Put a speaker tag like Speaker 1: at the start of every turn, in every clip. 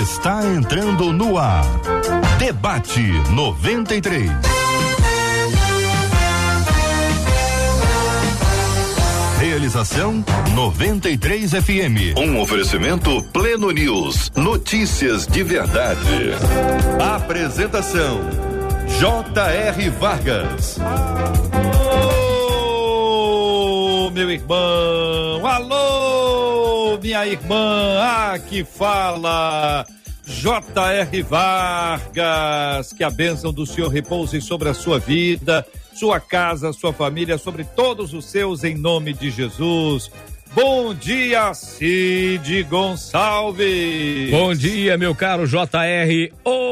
Speaker 1: está entrando no ar. Debate 93. Realização 93 FM. Um oferecimento Pleno News. Notícias de verdade. Apresentação J.R. Vargas.
Speaker 2: Alô, meu irmão. Alô, minha irmã. Aqui fala J.R. Vargas. Que a bênção do Senhor repouse sobre a sua vida, sua casa, sua família, sobre todos os seus, em nome de Jesus. Bom dia, Cid Gonçalves.
Speaker 3: Bom dia, meu caro J.R.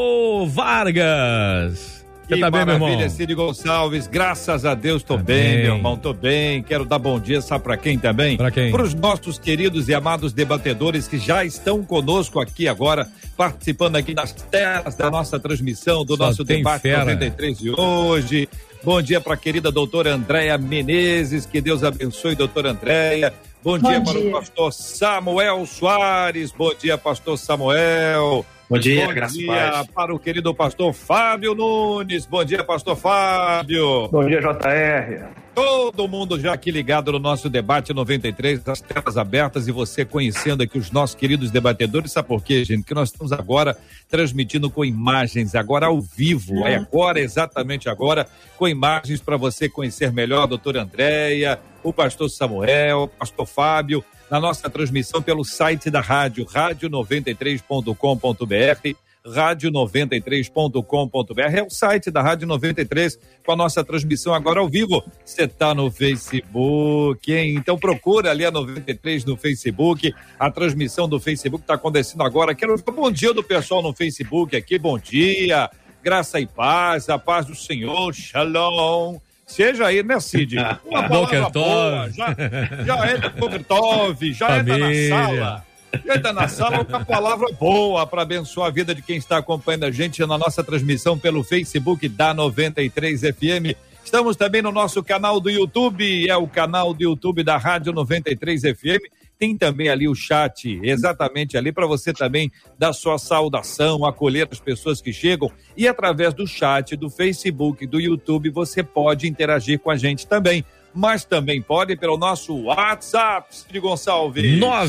Speaker 3: Vargas. Você tá bem, meu irmão?
Speaker 2: Maravilha, Cid Gonçalves, graças a Deus, tô bem, meu irmão, tô bem. Quero dar bom dia, sabe pra quem também?
Speaker 3: Pra quem?
Speaker 2: Para os nossos queridos e amados debatedores que já estão conosco aqui agora, participando aqui nas telas da nossa transmissão, do nosso debate 93 de hoje. Bom dia para a querida doutora Andréia Menezes, que Deus abençoe, doutora Andréia. Bom dia para o pastor Samuel Soares. Bom dia, pastor Samuel.
Speaker 4: Bom dia, graças a Deus.
Speaker 2: Bom dia para o querido pastor Fábio Nunes. Bom dia, pastor Fábio.
Speaker 4: Bom dia, JR.
Speaker 2: Todo mundo já aqui ligado no nosso debate 93, as telas abertas e você conhecendo aqui os nossos queridos debatedores. Sabe por quê, gente? Que nós estamos agora transmitindo com imagens, agora ao vivo. É agora, exatamente agora, com imagens para você conhecer melhor a doutora Andréia, o pastor Samuel, o pastor Fábio, na nossa transmissão pelo site da rádio, radio93.com.br, radio93.com.br, é o site da Rádio 93, com a nossa transmissão agora ao vivo. Você tá no Facebook, hein? Então procura ali a 93 no Facebook, a transmissão do Facebook está acontecendo agora. Quero dar bom dia do pessoal no Facebook aqui, bom dia, graça e paz, a paz do Senhor, shalom. Seja aí, né, Cid? Uma palavra boa, já entra Bokertov, já entra na sala. Já entra na sala com uma palavra boa para abençoar a vida de quem está acompanhando a gente na nossa transmissão pelo Facebook da 93 FM. Estamos também no nosso canal do YouTube, é o canal do YouTube da Rádio 93 FM. Tem também ali o chat, exatamente ali, para você também dar sua saudação, acolher as pessoas que chegam. E através do chat, do Facebook, do YouTube, você pode interagir com a gente também. Mas também pode pelo nosso WhatsApp, Cid Gonçalves.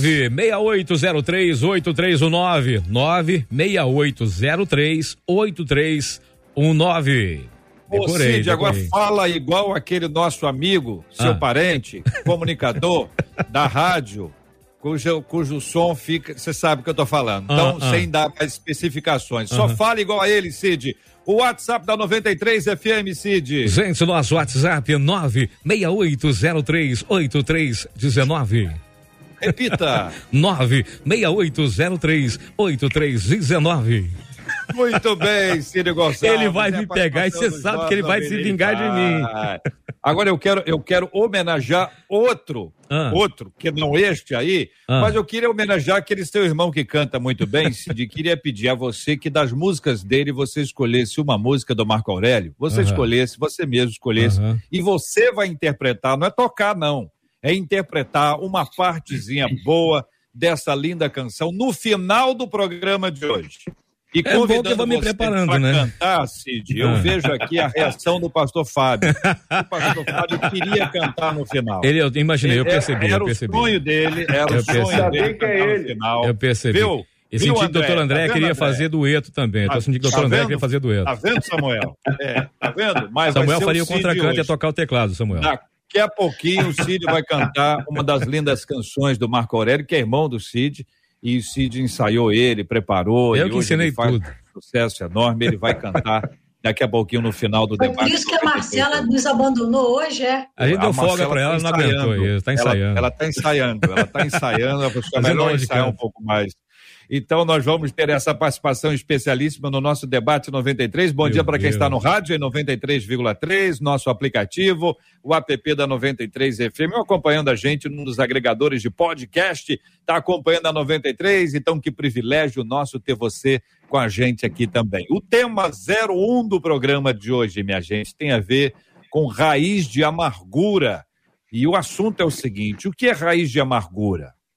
Speaker 3: 968038319. 968038319.
Speaker 2: Ô, Cid, agora fala igual aquele nosso amigo, seu parente, comunicador da rádio, cujo som fica, você sabe o que eu tô falando, então sem dar mais especificações, só fala igual a ele, Cid. O WhatsApp da 93 FM, Cid.
Speaker 3: Gente, o nosso WhatsApp é 968038319.
Speaker 2: Repita.
Speaker 3: 968038319.
Speaker 2: Muito bem, Cid Gonçalves.
Speaker 3: Ele vai me pegar e você sabe que ele vai se vingar de mim.
Speaker 2: Agora eu quero homenagear outro, que não este aí, mas eu queria homenagear aquele seu irmão que canta muito bem, Cid. Queria pedir a você que das músicas dele você escolhesse uma música do Marco Aurélio, você escolhesse, você mesmo escolhesse, e você vai interpretar, não é tocar não, é interpretar uma partezinha boa dessa linda canção no final do programa de hoje. E
Speaker 3: bom que eu vou me preparando, né?
Speaker 2: Cantar, Cid, eu vejo aqui a reação do pastor Fábio. O pastor Fábio queria cantar no final.
Speaker 3: Eu imaginei, eu percebi.
Speaker 2: Era o sonho dele, cantar no final.
Speaker 3: Eu percebi.
Speaker 2: Viu?
Speaker 3: Eu senti que o doutor André queria fazer dueto também. Eu senti que o doutor André queria fazer dueto.
Speaker 2: Tá vendo, Samuel? Tá vendo? Mas
Speaker 3: Samuel faria o contracanto e ia tocar o teclado, Samuel.
Speaker 2: Daqui a pouquinho o Cid vai cantar uma das lindas canções do Marco Aurélio, que é irmão do Cid. E o Cid ensaiou ele, preparou.
Speaker 3: Eu que ensinei tudo.
Speaker 2: Um sucesso enorme, ele vai cantar daqui a pouquinho no final do debate.
Speaker 5: Por isso que a Marcela nos abandonou hoje, é?
Speaker 3: A gente deu folga pra ela, não aguentou isso, tá ensaiando.
Speaker 2: Ela tá ensaiando, a pessoa melhor ensaiar um pouco mais. Então nós vamos ter essa participação especialíssima no nosso debate 93. Bom dia para quem está no rádio em 93,3, nosso aplicativo, o app da 93 FM, acompanhando a gente num dos agregadores de podcast, está acompanhando a 93, então que privilégio nosso ter você com a gente aqui também. O tema 01 do programa de hoje, minha gente, tem a ver com raiz de amargura. E o assunto é o seguinte: o que é raiz de amargura?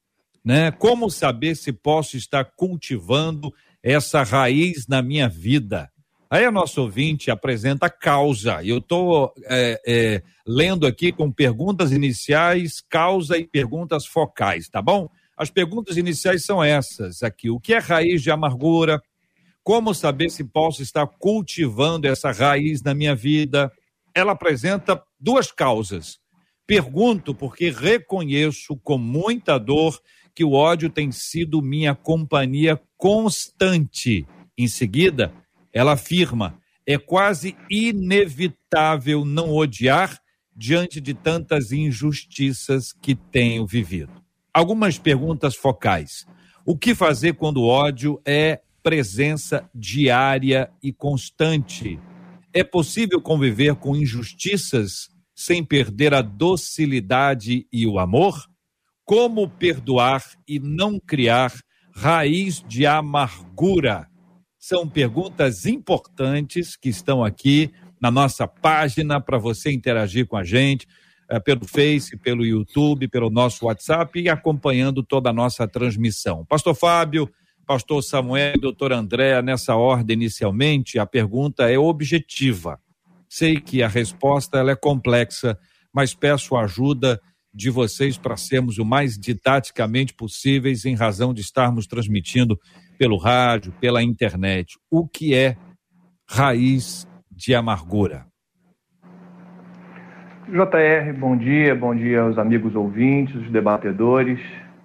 Speaker 2: né? Como saber se posso estar cultivando essa raiz na minha vida? Aí a nossa ouvinte apresenta a causa. Eu estou lendo aqui com perguntas iniciais, causa e perguntas focais, tá bom? As perguntas iniciais são essas aqui. O que é raiz de amargura? Como saber se posso estar cultivando essa raiz na minha vida? Ela apresenta duas causas. Pergunto porque reconheço com muita dor que o ódio tem sido minha companhia constante. Em seguida, ela afirma, é quase inevitável não odiar diante de tantas injustiças que tenho vivido. Algumas perguntas focais. O que fazer quando o ódio é presença diária e constante? É possível conviver com injustiças sem perder a docilidade e o amor? Como perdoar e não criar raiz de amargura? São perguntas importantes que estão aqui na nossa página para você interagir com a gente, pelo Face, pelo YouTube, pelo nosso WhatsApp e acompanhando toda a nossa transmissão. Pastor Fábio, Pastor Samuel e Doutor André, nessa ordem inicialmente, a pergunta é objetiva. Sei que a resposta ela é complexa, mas peço a ajuda de vocês para sermos o mais didaticamente possíveis em razão de estarmos transmitindo pelo rádio, pela internet. O que é raiz de amargura?
Speaker 4: JR, bom dia aos amigos ouvintes, os debatedores.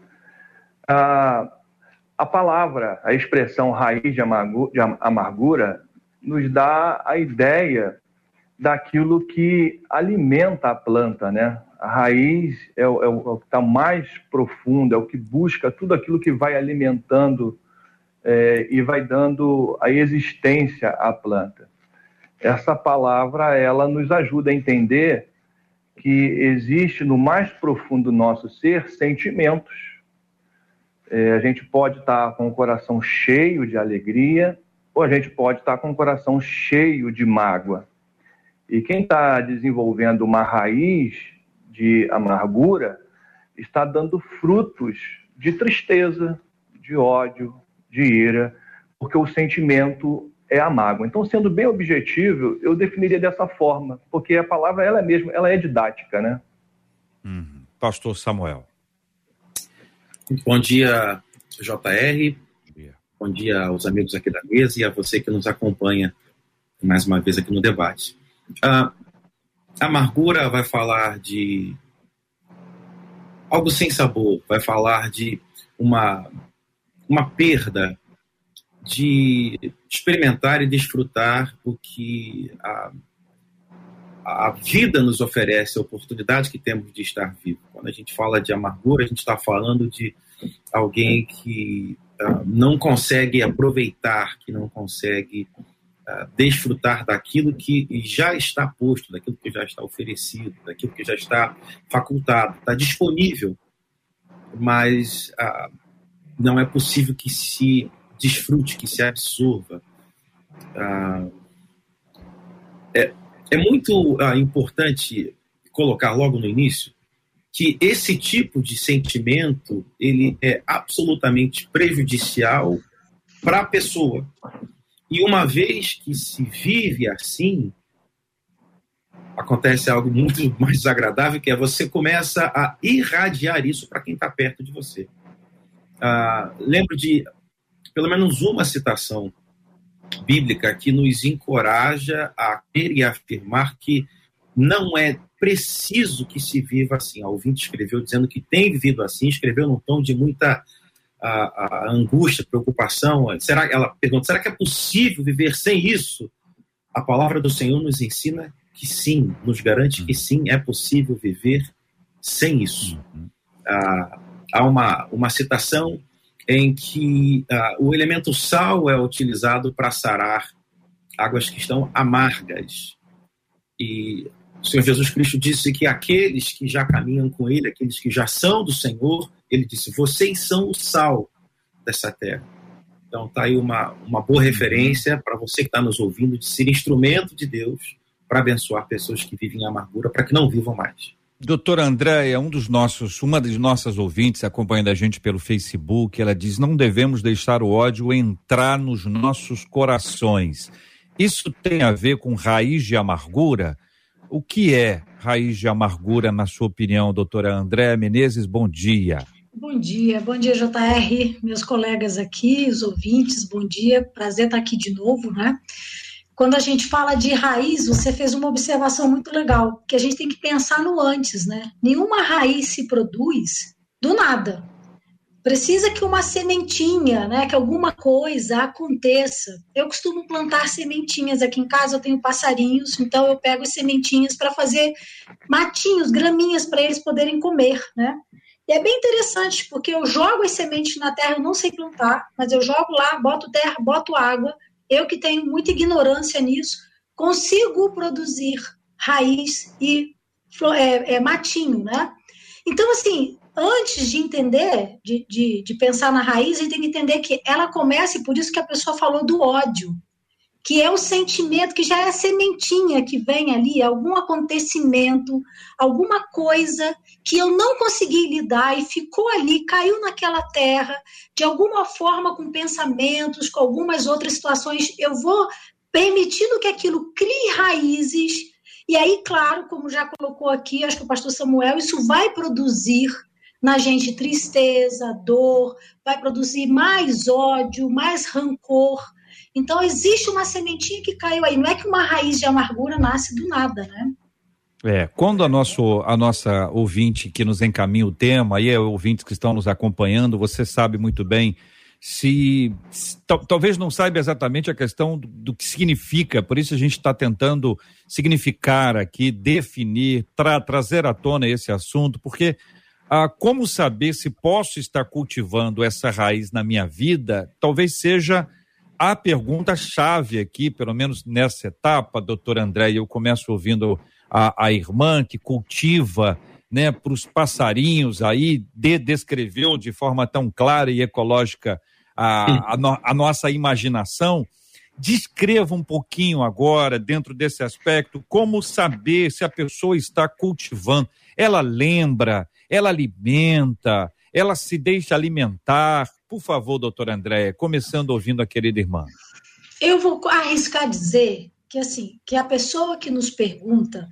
Speaker 4: A palavra, a expressão raiz de amargura nos dá a ideia daquilo que alimenta a planta, né? A raiz é o que está mais profundo, é o que busca tudo aquilo que vai alimentando e vai dando a existência à planta. Essa palavra, ela nos ajuda a entender que existe no mais profundo do nosso ser sentimentos. A gente pode estar com o coração cheio de alegria ou a gente pode estar com o coração cheio de mágoa. E quem está desenvolvendo uma raiz de amargura está dando frutos de tristeza, de ódio, de ira, porque o sentimento é a mágoa. Então, sendo bem objetivo, eu definiria dessa forma, porque a palavra ela é didática, né?
Speaker 2: Pastor Samuel.
Speaker 6: Bom dia, JR. Bom dia aos amigos aqui da mesa e a você que nos acompanha mais uma vez aqui no debate. A amargura vai falar de algo sem sabor, vai falar de uma perda de experimentar e desfrutar o que a vida nos oferece, a oportunidade que temos de estar vivo. Quando a gente fala de amargura, a gente está falando de alguém que não consegue aproveitar, que não consegue desfrutar daquilo que já está posto, daquilo que já está oferecido, daquilo que já está facultado, está disponível, mas não é possível que se desfrute, que se absorva. É muito importante colocar logo no início que esse tipo de sentimento ele é absolutamente prejudicial para a pessoa. E uma vez que se vive assim, acontece algo muito mais desagradável, que é você começa a irradiar isso para quem está perto de você. Lembro de pelo menos uma citação bíblica que nos encoraja a crer e a afirmar que não é preciso que se viva assim. A ouvinte escreveu dizendo que tem vivido assim, escreveu num tom de muita angústia, preocupação. Ela pergunta, será que é possível viver sem isso? A palavra do Senhor nos ensina que sim, nos garante que sim, é possível viver sem isso. Há uma citação em que o elemento sal é utilizado para sarar águas que estão amargas. E o Senhor Jesus Cristo disse que aqueles que já caminham com Ele, aqueles que já são do Senhor, Ele disse, vocês são o sal dessa terra. Então está aí uma boa referência para você que está nos ouvindo, de ser instrumento de Deus para abençoar pessoas que vivem em amargura, para que não vivam mais.
Speaker 2: Doutora Andréia, uma das nossas ouvintes acompanhando a gente pelo Facebook, ela diz: não devemos deixar o ódio entrar nos nossos corações. Isso tem a ver com raiz de amargura? O que é raiz de amargura, na sua opinião, doutora Andréia Menezes? Bom dia.
Speaker 5: Bom dia, JR, meus colegas aqui, os ouvintes, bom dia, prazer estar aqui de novo, né? Quando a gente fala de raiz, você fez uma observação muito legal, que a gente tem que pensar no antes, né? Nenhuma raiz se produz do nada. Precisa que uma sementinha, né, que alguma coisa aconteça. Eu costumo plantar sementinhas aqui em casa, eu tenho passarinhos, então eu pego as sementinhas para fazer matinhos, graminhas para eles poderem comer, né? E é bem interessante, porque eu jogo as sementes na terra, eu não sei plantar, mas eu jogo lá, boto terra, boto água. Eu que tenho muita ignorância nisso, consigo produzir raiz e matinho, né? Então, assim, antes de entender, de pensar na raiz, a gente tem que entender que ela começa, e por isso que a pessoa falou do ódio, que é o sentimento, que já é a sementinha que vem ali, algum acontecimento, alguma coisa que eu não consegui lidar e ficou ali, caiu naquela terra, de alguma forma com pensamentos, com algumas outras situações, eu vou permitindo que aquilo crie raízes, e aí, claro, como já colocou aqui, acho que o pastor Samuel, isso vai produzir na gente tristeza, dor, vai produzir mais ódio, mais rancor. Então, existe uma sementinha que caiu aí. Não é que uma raiz de amargura nasce do nada, né?
Speaker 2: Quando a nossa ouvinte que nos encaminha o tema, aí é ouvintes que estão nos acompanhando, você sabe muito bem, talvez não saiba exatamente a questão do que significa, por isso a gente está tentando significar aqui, definir, trazer à tona esse assunto, porque como saber se posso estar cultivando essa raiz na minha vida, talvez seja a pergunta-chave aqui, pelo menos nessa etapa, doutora Andréia. Eu começo ouvindo a irmã que cultiva, né, para os passarinhos aí, descreveu de forma tão clara e ecológica a nossa imaginação. Descreva um pouquinho agora, dentro desse aspecto, como saber se a pessoa está cultivando. Ela lembra, ela alimenta, ela se deixa alimentar. Por favor, doutora Andréia, começando ouvindo a querida irmã.
Speaker 5: Eu vou arriscar dizer que, assim, que a pessoa que nos pergunta,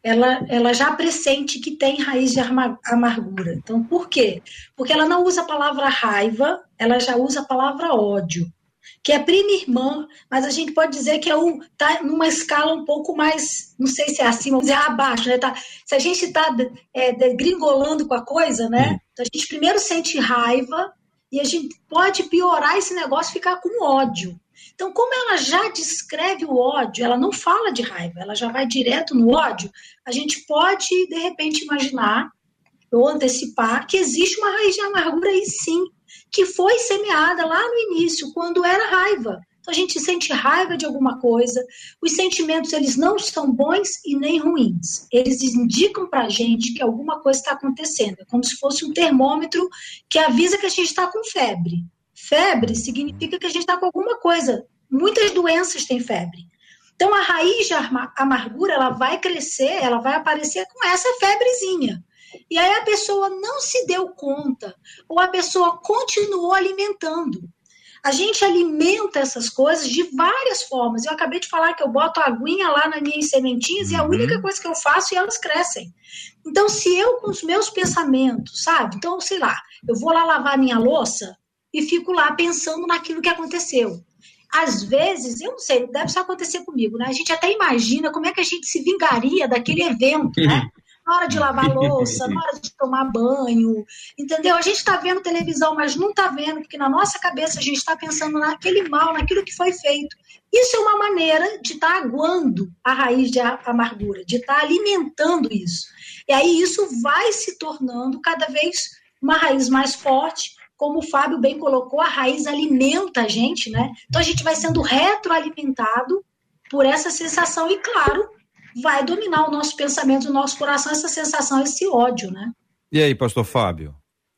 Speaker 5: ela já pressente que tem raiz de amargura. Então, por quê? Porque ela não usa a palavra raiva, ela já usa a palavra ódio, que é prima irmã, mas a gente pode dizer que tá numa escala um pouco mais, não sei se é acima, vamos dizer abaixo, né? Se a gente está degringolando com a coisa, né? Então a gente primeiro sente raiva, e a gente pode piorar esse negócio e ficar com ódio. Então, como ela já descreve o ódio, ela não fala de raiva, ela já vai direto no ódio, a gente pode, de repente, imaginar ou antecipar que existe uma raiz de amargura aí sim, que foi semeada lá no início, quando era raiva. Então, a gente sente raiva de alguma coisa, os sentimentos, eles não são bons e nem ruins. Eles indicam para a gente que alguma coisa está acontecendo. É como se fosse um termômetro que avisa que a gente está com febre. Febre significa que a gente está com alguma coisa. Muitas doenças têm febre. Então, a raiz de amargura, ela vai crescer, ela vai aparecer com essa febrezinha. E aí a pessoa não se deu conta, ou a pessoa continuou alimentando. A gente alimenta essas coisas de várias formas. Eu acabei de falar que eu boto a aguinha lá nas minhas sementinhas e é a única coisa que eu faço e elas crescem. Então, se eu, com os meus pensamentos, sabe? Então, sei lá, eu vou lá lavar minha louça e fico lá pensando naquilo que aconteceu. Às vezes, eu não sei, deve só acontecer comigo, né? A gente até imagina como é que a gente se vingaria daquele evento, né? Na hora de lavar louça, na hora de tomar banho, entendeu? A gente está vendo televisão, mas não está vendo, porque na nossa cabeça a gente está pensando naquele mal, naquilo que foi feito. Isso é uma maneira de estar aguando a raiz de amargura, de estar alimentando isso. E aí isso vai se tornando cada vez uma raiz mais forte, como o Fábio bem colocou, a raiz alimenta a gente, né? Então a gente vai sendo retroalimentado por essa sensação e, claro, vai dominar o nosso pensamento, o nosso coração, essa sensação, esse ódio, né?
Speaker 2: E aí, pastor Fábio?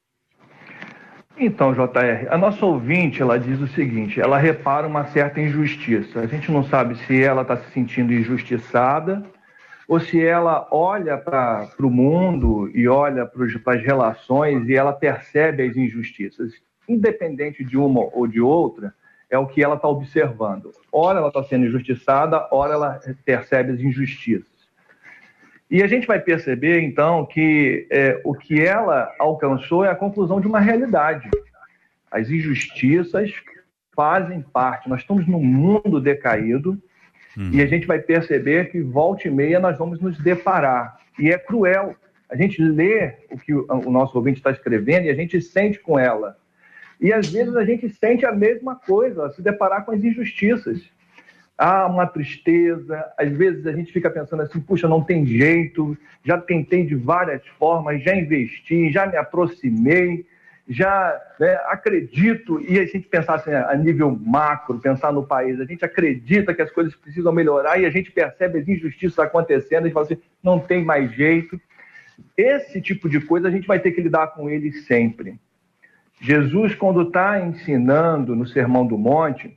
Speaker 4: Então, JR, a nossa ouvinte, ela diz o seguinte, ela repara uma certa injustiça. A gente não sabe se ela está se sentindo injustiçada ou se ela olha para o mundo e olha para as relações e ela percebe as injustiças. Independente de uma ou de outra, é o que ela está observando. Ora ela está sendo injustiçada, ora ela percebe as injustiças. E a gente vai perceber, então, que o que ela alcançou é a conclusão de uma realidade. As injustiças fazem parte. Nós estamos num mundo decaído e a gente vai perceber que volta e meia nós vamos nos deparar. E é cruel. A gente lê o que o nosso ouvinte está escrevendo e a gente sente com ela. E às vezes a gente sente a mesma coisa, se deparar com as injustiças. Há uma tristeza, às vezes a gente fica pensando assim, puxa, não tem jeito, já tentei de várias formas, já investi, já me aproximei, já acredito, e a gente pensar assim, a nível macro, pensar no país, a gente acredita que as coisas precisam melhorar e a gente percebe as injustiças acontecendo, a gente fala assim, não tem mais jeito. Esse tipo de coisa a gente vai ter que lidar com ele sempre. Jesus, quando está ensinando no Sermão do Monte,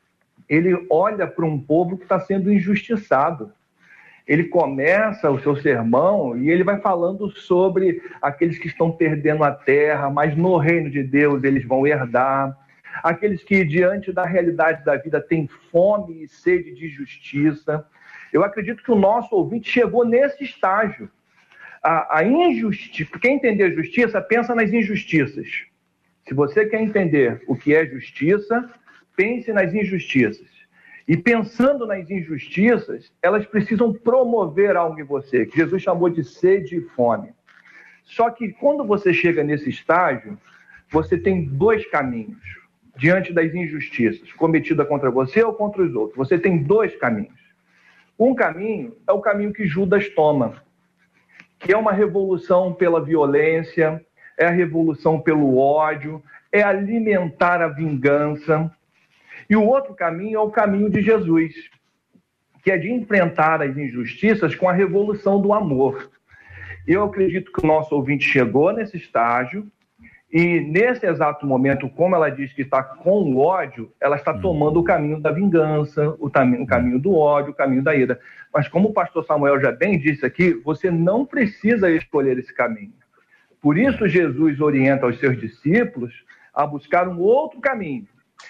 Speaker 4: ele olha para um povo que está sendo injustiçado. Ele começa o seu sermão e ele vai falando sobre aqueles que estão perdendo a terra, mas no reino de Deus eles vão herdar. Aqueles que, diante da realidade da vida, têm fome e sede de justiça. Eu acredito que o nosso ouvinte chegou nesse estágio. A injustiça, quem entender a justiça, pensa nas injustiças. Se você quer entender o que é justiça, pense nas injustiças. E pensando nas injustiças, elas precisam promover algo em você, que Jesus chamou de sede e fome. Só que quando você chega nesse estágio, você tem dois caminhos diante das injustiças cometidas contra você ou contra os outros. Você tem dois caminhos. Um caminho é o caminho que Judas toma, que é uma revolução pela violência, é a revolução pelo ódio, é alimentar a vingança. E o outro caminho é o caminho de Jesus, que é de enfrentar as injustiças com a revolução do amor. Eu acredito que o nosso ouvinte chegou nesse estágio e, nesse exato momento, como ela diz que está com o ódio, ela está tomando o caminho da vingança, o caminho do ódio, o caminho da ira. Mas como o pastor Samuel já bem disse aqui, você não precisa escolher esse caminho. Por isso, Jesus orienta os seus discípulos a buscar um outro caminho.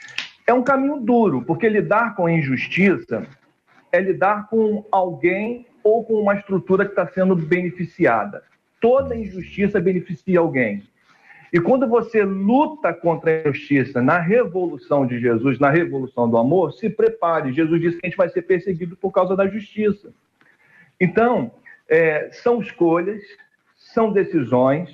Speaker 4: É um caminho duro, porque lidar com a injustiça é lidar com alguém ou com uma estrutura que está sendo beneficiada. Toda injustiça beneficia alguém. E quando você luta contra a injustiça na revolução de Jesus, na revolução do amor, se prepare. Jesus disse que a gente vai ser perseguido por causa da justiça. Então, são escolhas, são decisões.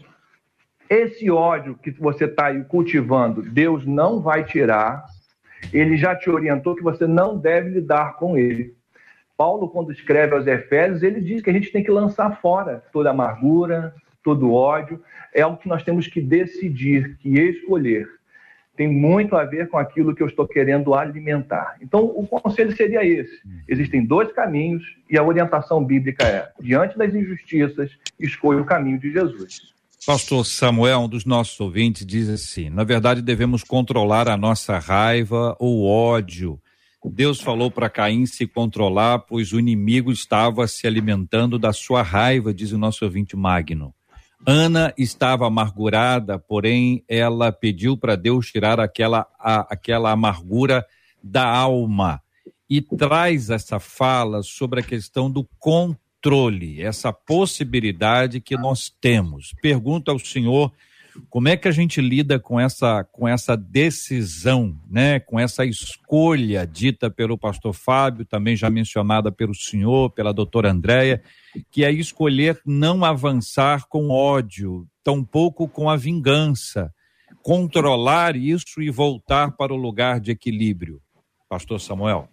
Speaker 4: Esse ódio que você está aí cultivando, Deus não vai tirar. Ele já te orientou que você não deve lidar com ele. Paulo, quando escreve aos Efésios, ele diz que a gente tem que lançar fora toda amargura, todo ódio. É algo que nós temos que decidir, que escolher. Tem muito a ver com aquilo que eu estou querendo alimentar. Então, o conselho seria esse. Existem dois caminhos e a orientação bíblica é, diante das injustiças, escolha o caminho de Jesus.
Speaker 2: Pastor Samuel, um dos nossos ouvintes, diz assim, na verdade devemos controlar a nossa raiva ou ódio. Deus falou para Caim se controlar, pois o inimigo estava se alimentando da sua raiva, diz o nosso ouvinte Magno. Ana estava amargurada, porém ela pediu para Deus tirar aquela amargura da alma e traz essa fala sobre a questão do controle, essa possibilidade que nós temos. Pergunto ao senhor, como é que a gente lida com essa decisão, né? Com essa escolha dita pelo pastor Fábio, também já mencionada pelo senhor, pela doutora Andréia, que é escolher não avançar com ódio, tampouco com a vingança, controlar isso e voltar para o lugar de equilíbrio. Pastor Samuel.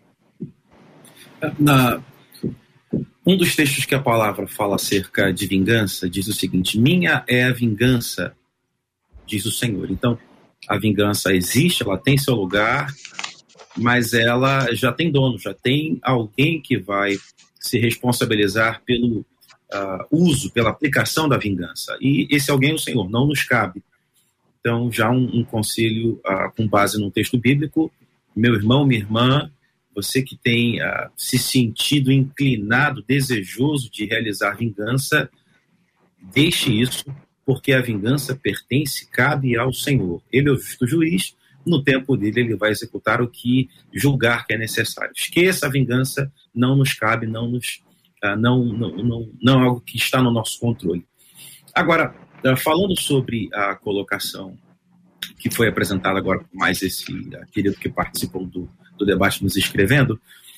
Speaker 6: Um dos textos que a palavra fala acerca de vingança diz o seguinte: minha é a vingança, diz o Senhor. Então, a vingança existe, ela tem seu lugar, mas ela já tem dono, já tem alguém que vai se responsabilizar pelo uso, pela aplicação da vingança. E esse alguém é o Senhor, não nos cabe. Então, já um conselho com base num texto bíblico: meu irmão, minha irmã, você que tem se sentido inclinado, desejoso de realizar vingança, deixe isso, porque a vingança pertence, cabe ao Senhor. Ele é o justo juiz, no tempo dele ele vai executar o que julgar que é necessário. Esqueça a vingança, não nos cabe, não é algo que está no nosso controle. Agora, falando sobre a colocação que foi apresentada agora por mais esse querido que participou do debate nos escrevendo,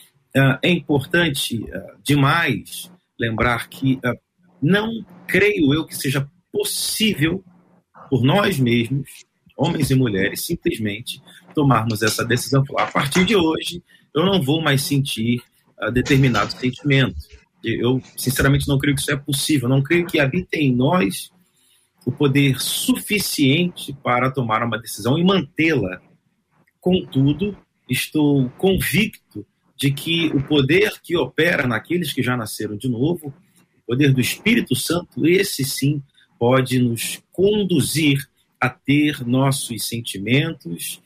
Speaker 6: é importante demais lembrar que não creio eu que seja possível por nós mesmos, homens e mulheres, simplesmente tomarmos essa decisão. A partir de hoje, eu não vou mais sentir determinado sentimento. Eu, sinceramente, não creio que isso é possível. Não creio que habite em nós o poder suficiente para tomar uma decisão e mantê-la. Contudo, estou convicto de que o poder que opera naqueles que já nasceram de novo, o poder do Espírito Santo, esse sim, pode nos conduzir a ter nossos sentimentos,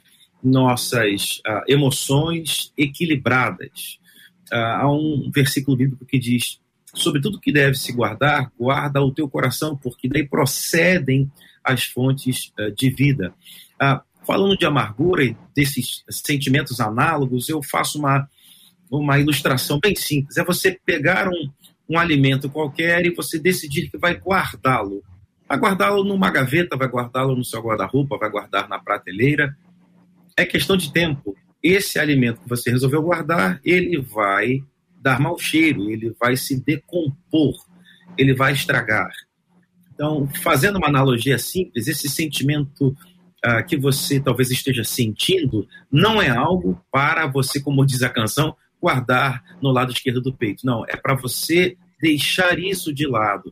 Speaker 6: nossas emoções equilibradas. Há um versículo bíblico que diz: sobre tudo que deve se guardar, guarda o teu coração, porque daí procedem as fontes de vida. Falando de amargura e desses sentimentos análogos, eu faço uma ilustração bem simples. É você pegar um alimento qualquer e você decidir que vai guardá-lo. Vai guardá-lo numa gaveta, vai guardá-lo no seu guarda-roupa, vai guardar na prateleira. É questão de tempo. Esse alimento que você resolveu guardar, ele vai dar mau cheiro, ele vai se decompor, ele vai estragar. Então, fazendo uma analogia simples, esse sentimento que você talvez esteja sentindo não é algo para você, como diz a canção, guardar no lado esquerdo do peito. Não, é para você deixar isso de lado.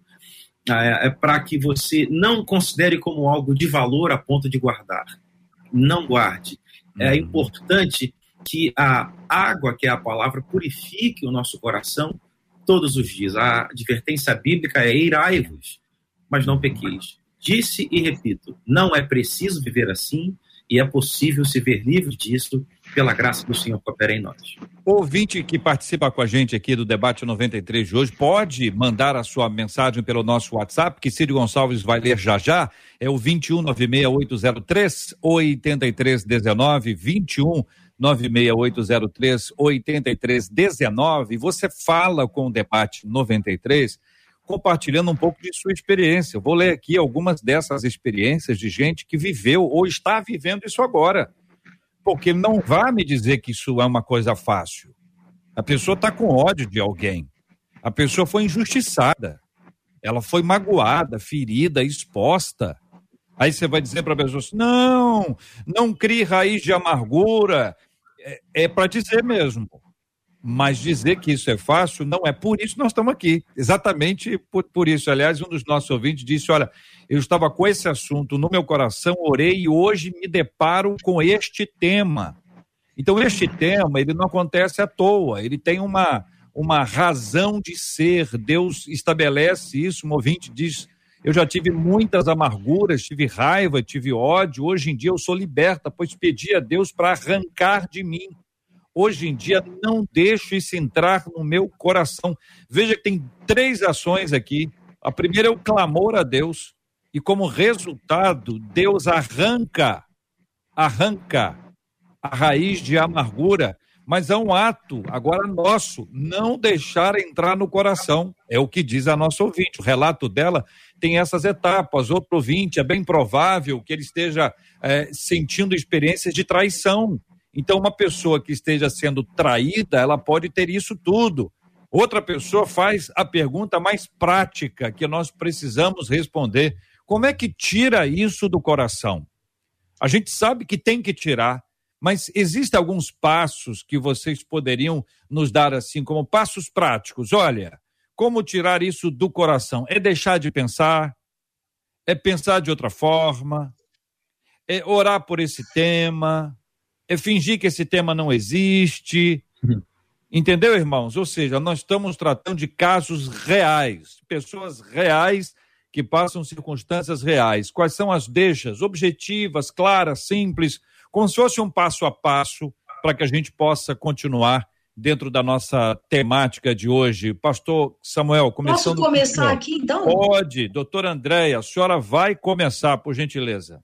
Speaker 6: É para que você não considere como algo de valor a ponto de guardar. Não guarde. É importante que a água, que é a palavra, purifique o nosso coração todos os dias. A advertência bíblica é: irai-vos, mas não pequeis. Disse e repito, não é preciso viver assim e é possível se ver livre disso pela graça do Senhor que opera em nós.
Speaker 2: O ouvinte que participa com a gente aqui do Debate 93 de hoje pode mandar a sua mensagem pelo nosso WhatsApp, que Círio Gonçalves vai ler já já, é o 2196-803-8319, 2196-803-8319. Você fala com o Debate 93, compartilhando um pouco de sua experiência. Eu vou ler aqui algumas dessas experiências de gente que viveu ou está vivendo isso agora. Porque não vá me dizer que isso é uma coisa fácil. A pessoa está com ódio de alguém. A pessoa foi injustiçada. Ela foi magoada, ferida, exposta. Aí você vai dizer para a pessoa assim: não crie raiz de amargura. É para dizer mesmo. Mas dizer que isso é fácil, não é. Por isso nós estamos aqui. Exatamente por isso. Aliás, um dos nossos ouvintes disse: olha, eu estava com esse assunto no meu coração, orei e hoje me deparo com este tema. Então, este tema, ele não acontece à toa. Ele tem uma razão de ser. Deus estabelece isso. Um ouvinte diz: eu já tive muitas amarguras, tive raiva, tive ódio. Hoje em dia eu sou liberta, pois pedi a Deus para arrancar de mim. Hoje em dia, não deixo isso entrar no meu coração. Veja que tem 3 ações aqui. A primeira é o clamor a Deus. E como resultado, Deus arranca a raiz de amargura. Mas é um ato, agora nosso, não deixar entrar no coração. É o que diz a nossa ouvinte. O relato dela tem essas etapas. Outro ouvinte, é bem provável que ele esteja sentindo experiências de traição. Então, uma pessoa que esteja sendo traída, ela pode ter isso tudo. Outra pessoa faz a pergunta mais prática que nós precisamos responder: como é que tira isso do coração? A gente sabe que tem que tirar, mas existem alguns passos que vocês poderiam nos dar assim, como passos práticos. Olha, como tirar isso do coração? É deixar de pensar? É pensar de outra forma? É orar por esse tema? É fingir que esse tema não existe? Entendeu, irmãos? Ou seja, nós estamos tratando de casos reais, pessoas reais que passam circunstâncias reais. Quais são as deixas? Objetivas, claras, simples, como se fosse um passo a passo para que a gente possa continuar dentro da nossa temática de hoje. Pastor Samuel, começando...
Speaker 5: Posso começar aqui, então?
Speaker 2: Pode. Doutora Andréia, a senhora vai começar, por gentileza.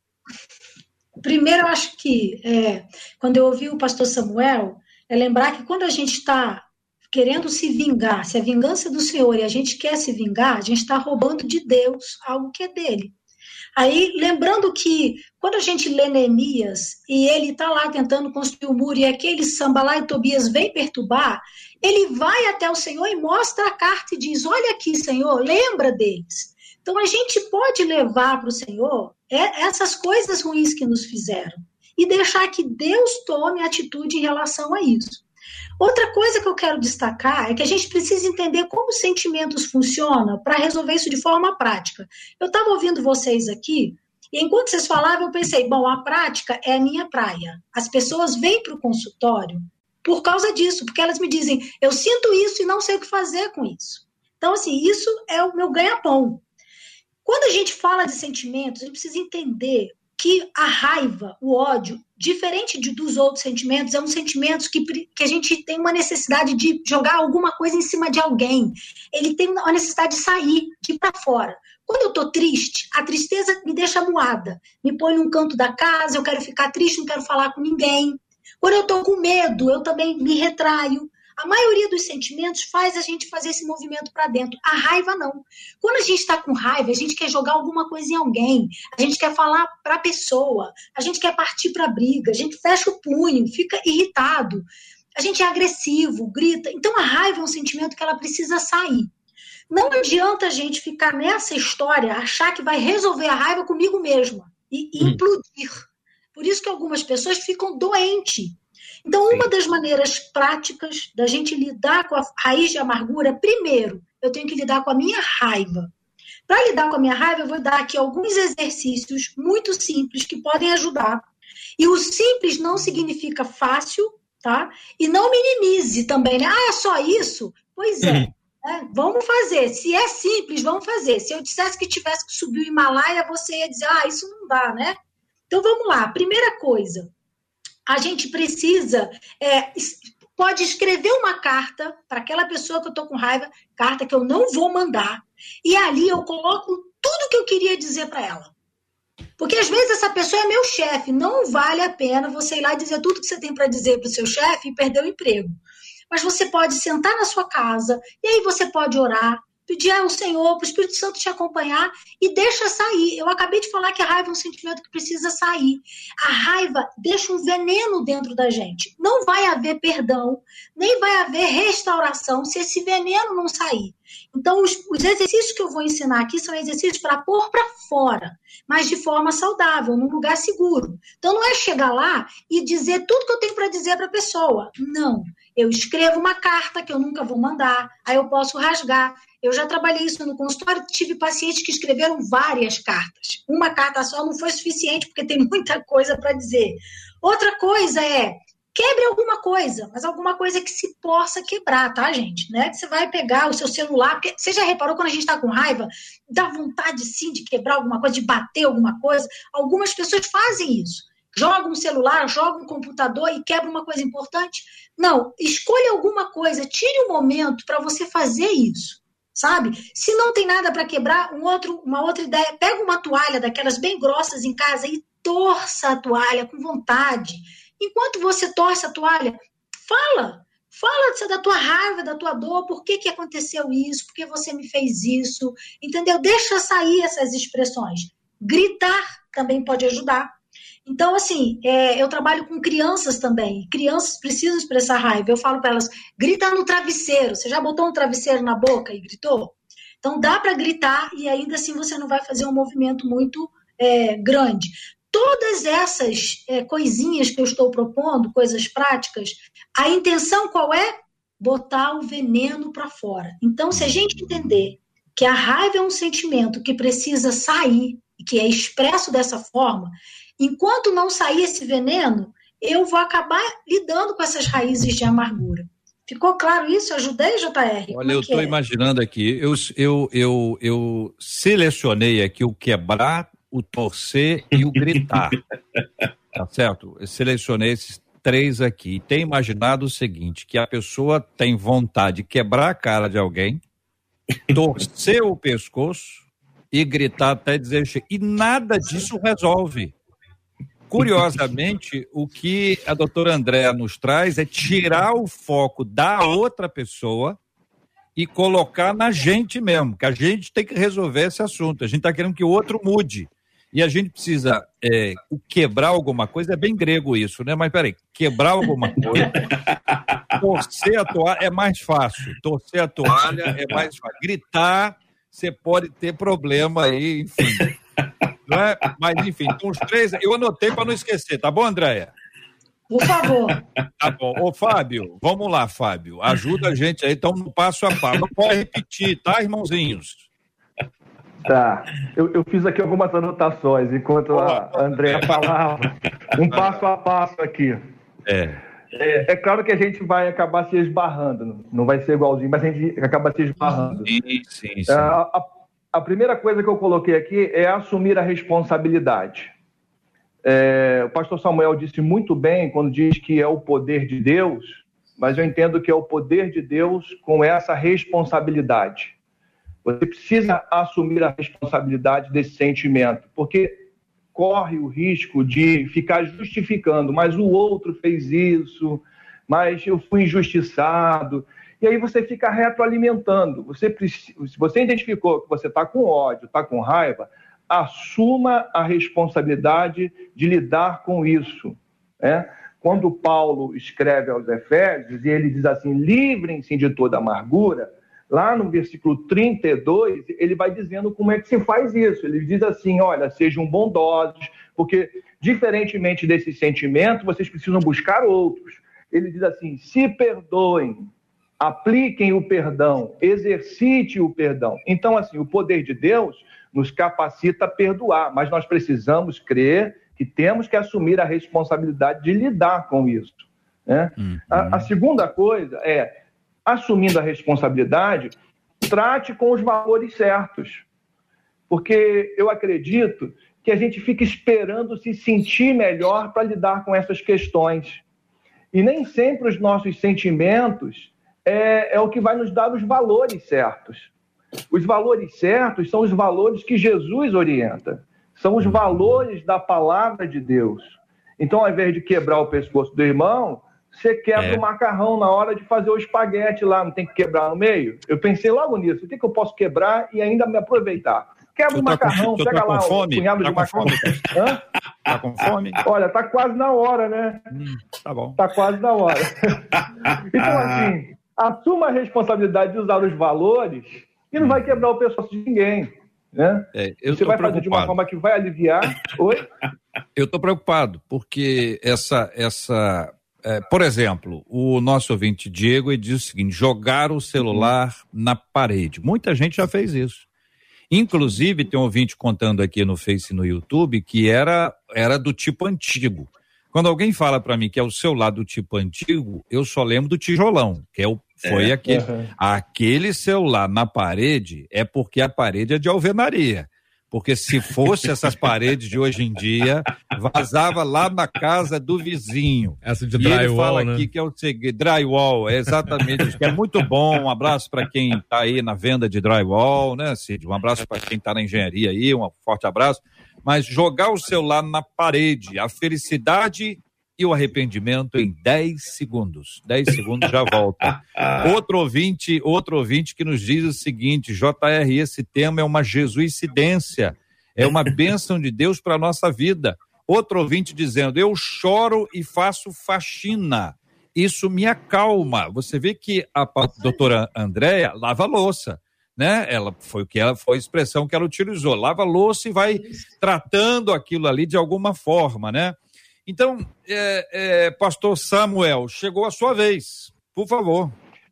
Speaker 5: Primeiro, eu acho que, quando eu ouvi o pastor Samuel, lembrar que quando a gente está querendo se vingar, se a vingança é do Senhor e a gente quer se vingar, a gente está roubando de Deus algo que é dele. Aí, lembrando que quando a gente lê Neemias e ele está lá tentando construir o muro e aquele Sambalá e Tobias vem perturbar, ele vai até o Senhor e mostra a carta e diz, olha aqui, Senhor, lembra deles. Então, a gente pode levar para o Senhor essas coisas ruins que nos fizeram e deixar que Deus tome atitude em relação a isso. Outra coisa que eu quero destacar é que a gente precisa entender como os sentimentos funcionam para resolver isso de forma prática. Eu estava ouvindo vocês aqui, e enquanto vocês falavam, eu pensei, bom, a prática é a minha praia. As pessoas vêm para o consultório por causa disso, porque elas me dizem, eu sinto isso e não sei o que fazer com isso. Então, assim, isso é o meu ganha-pão. Quando a gente fala de sentimentos, a gente precisa entender que a raiva, o ódio, diferente dos outros sentimentos, é um sentimento que a gente tem uma necessidade de jogar alguma coisa em cima de alguém. Ele tem uma necessidade de sair, de ir para fora. Quando eu estou triste, a tristeza me deixa moada. Me põe num canto da casa, eu quero ficar triste, não quero falar com ninguém. Quando eu estou com medo, eu também me retraio. A maioria dos sentimentos faz a gente fazer esse movimento para dentro. A raiva, não. Quando a gente está com raiva, a gente quer jogar alguma coisa em alguém, a gente quer falar para a pessoa, a gente quer partir para a briga, a gente fecha o punho, fica irritado, a gente é agressivo, grita. Então, a raiva é um sentimento que ela precisa sair. Não adianta a gente ficar nessa história, achar que vai resolver a raiva comigo mesma e implodir. Por isso que algumas pessoas ficam doentes. Então, uma das maneiras práticas da gente lidar com a raiz de amargura, primeiro, eu tenho que lidar com a minha raiva. Para lidar com a minha raiva, eu vou dar aqui alguns exercícios muito simples que podem ajudar. E o simples não significa fácil, tá? E não minimize também, né? Ah, é só isso? Pois é. Vamos fazer. Se é simples, vamos fazer. Se eu dissesse que tivesse que subir o Himalaia, você ia dizer, isso não dá, né? Então, vamos lá. Primeira coisa. A gente precisa, pode escrever uma carta para aquela pessoa que eu estou com raiva, carta que eu não vou mandar, e ali eu coloco tudo que eu queria dizer para ela. Porque às vezes essa pessoa é meu chefe, não vale a pena você ir lá e dizer tudo que você tem para dizer para o seu chefe e perder o emprego. Mas você pode sentar na sua casa, e aí você pode orar, pedir ao Senhor, para o Espírito Santo te acompanhar e deixa sair. Eu acabei de falar que a raiva é um sentimento que precisa sair. A raiva deixa um veneno dentro da gente. Não vai haver perdão, nem vai haver restauração se esse veneno não sair. Então, os exercícios que eu vou ensinar aqui são exercícios para pôr para fora, mas de forma saudável, num lugar seguro. Então, não é chegar lá e dizer tudo que eu tenho para dizer para a pessoa. Não. Eu escrevo uma carta que eu nunca vou mandar, aí eu posso rasgar. Eu já trabalhei isso no consultório, tive pacientes que escreveram várias cartas. Uma carta só não foi suficiente, porque tem muita coisa para dizer. Outra coisa é, quebre alguma coisa, mas alguma coisa que se possa quebrar, tá, gente? Né? Você vai pegar o seu celular, porque você já reparou quando a gente está com raiva, dá vontade sim de quebrar alguma coisa, de bater alguma coisa? Algumas pessoas fazem isso. Joga um celular, joga um computador e quebra uma coisa importante? Não, escolha alguma coisa, tire um momento para você fazer isso. Sabe? Se não tem nada para quebrar, uma outra ideia, pega uma toalha daquelas bem grossas em casa e torça a toalha com vontade. Enquanto você torce a toalha, fala da tua raiva, da tua dor, por que aconteceu isso, por que você me fez isso, entendeu? Deixa sair essas expressões. Gritar também pode ajudar. Então, assim, eu trabalho com crianças também. Crianças precisam expressar raiva. Eu falo para elas, grita no travesseiro. Você já botou um travesseiro na boca e gritou? Então, dá para gritar e ainda assim você não vai fazer um movimento muito grande. Todas essas coisinhas que eu estou propondo, coisas práticas, a intenção qual é? Botar o veneno para fora. Então, se a gente entender que a raiva é um sentimento que precisa sair, e que é expresso dessa forma, enquanto não sair esse veneno, eu vou acabar lidando com essas raízes de amargura. Ficou claro isso? Ajudei, JR?
Speaker 2: Olha, eu estou imaginando aqui, eu selecionei aqui o quebrar, o torcer e o gritar. Tá certo? Eu selecionei esses 3 aqui, tem imaginado o seguinte, que a pessoa tem vontade de quebrar a cara de alguém, torcer o pescoço e gritar até dizer chega. E nada disso resolve. Curiosamente, o que a doutora Andréa nos traz é tirar o foco da outra pessoa e colocar na gente mesmo, que a gente tem que resolver esse assunto. A gente está querendo que o outro mude. E a gente precisa quebrar alguma coisa, é bem grego isso, né? Mas peraí, quebrar alguma coisa, torcer a toalha é mais fácil. Torcer a toalha é mais fácil. Gritar, você pode ter problema aí, enfim. Não é? Mas, enfim, com os 3, eu anotei para não esquecer, tá bom, Andréia?
Speaker 5: Por favor.
Speaker 2: Tá bom. Ô, Fábio, vamos lá, Fábio. Ajuda a gente aí, então, no passo a passo. Não pode repetir, tá, irmãozinhos?
Speaker 4: Tá. Eu fiz aqui algumas anotações enquanto a Andréa falava. Um passo a passo aqui. É claro que a gente vai acabar se esbarrando. Não vai ser igualzinho, mas a gente acaba se esbarrando.
Speaker 2: Sim.
Speaker 4: A primeira coisa que eu coloquei aqui é assumir a responsabilidade. O pastor Samuel disse muito bem quando diz que é o poder de Deus, mas eu entendo que é o poder de Deus com essa responsabilidade. Você precisa assumir a responsabilidade desse sentimento, porque corre o risco de ficar justificando, mas o outro fez isso, mas eu fui injustiçado. E aí você fica retroalimentando. Se você identificou que você está com ódio, está com raiva, assuma a responsabilidade de lidar com isso. Né? Quando Paulo escreve aos Efésios, e ele diz assim, livrem-se de toda amargura, lá no versículo 32, ele vai dizendo como é que se faz isso. Ele diz assim, olha, sejam bondosos, porque, diferentemente desse sentimento, vocês precisam buscar outros. Ele diz assim, se perdoem, apliquem o perdão, exercite o perdão. Então, assim, o poder de Deus nos capacita a perdoar, mas nós precisamos crer que temos que assumir a responsabilidade de lidar com isso. Né? A segunda coisa é, assumindo a responsabilidade, trate com os valores certos. Porque eu acredito que a gente fica esperando se sentir melhor para lidar com essas questões. E nem sempre os nossos sentimentos é o que vai nos dar os valores certos. Os valores certos são os valores que Jesus orienta. São os valores da palavra de Deus. Então, ao invés de quebrar o pescoço do irmão, você quebra o macarrão na hora de fazer o espaguete lá, não tem que quebrar no meio? Eu pensei logo nisso, o que eu posso quebrar e ainda me aproveitar? Quebra o macarrão, pega lá um punhado de macarrão.
Speaker 2: Tá com fome?
Speaker 4: Olha, tá quase na hora, né?
Speaker 2: Tá bom.
Speaker 4: Tá quase na hora. Então, assim, assuma a responsabilidade de usar os valores e não vai quebrar o pescoço de ninguém. Né? Você vai fazer de uma forma que vai aliviar. Oi?
Speaker 2: Eu estou preocupado, porque por exemplo, o nosso ouvinte Diego ele diz o seguinte: jogar o celular na parede. Muita gente já fez isso. Inclusive, tem um ouvinte contando aqui no Face e no YouTube que era do tipo antigo. Quando alguém fala para mim que é o celular do tipo antigo, eu só lembro do tijolão, que foi aquele celular na parede, é porque a parede é de alvenaria. Porque se fosse essas paredes de hoje em dia, vazava lá na casa do vizinho.
Speaker 3: Essa de drywall,
Speaker 2: ele fala
Speaker 3: né?
Speaker 2: aqui que é o seguinte, drywall, é exatamente isso, que é muito bom. Um abraço para quem está aí na venda de drywall, né, Cid? Um abraço para quem está na engenharia aí, um forte abraço. Mas jogar o celular na parede, a felicidade e o arrependimento em 10 segundos. 10 segundos já volta. Outro ouvinte que nos diz o seguinte: JR, esse tema é uma jesuicidência, é uma bênção de Deus para a nossa vida. Outro ouvinte dizendo: eu choro e faço faxina, isso me acalma. Você vê que a doutora Andréa lava a louça, né? Foi a expressão que ela utilizou, lava a louça e vai tratando aquilo ali de alguma forma, né? Então, pastor Samuel, chegou a sua vez, por favor.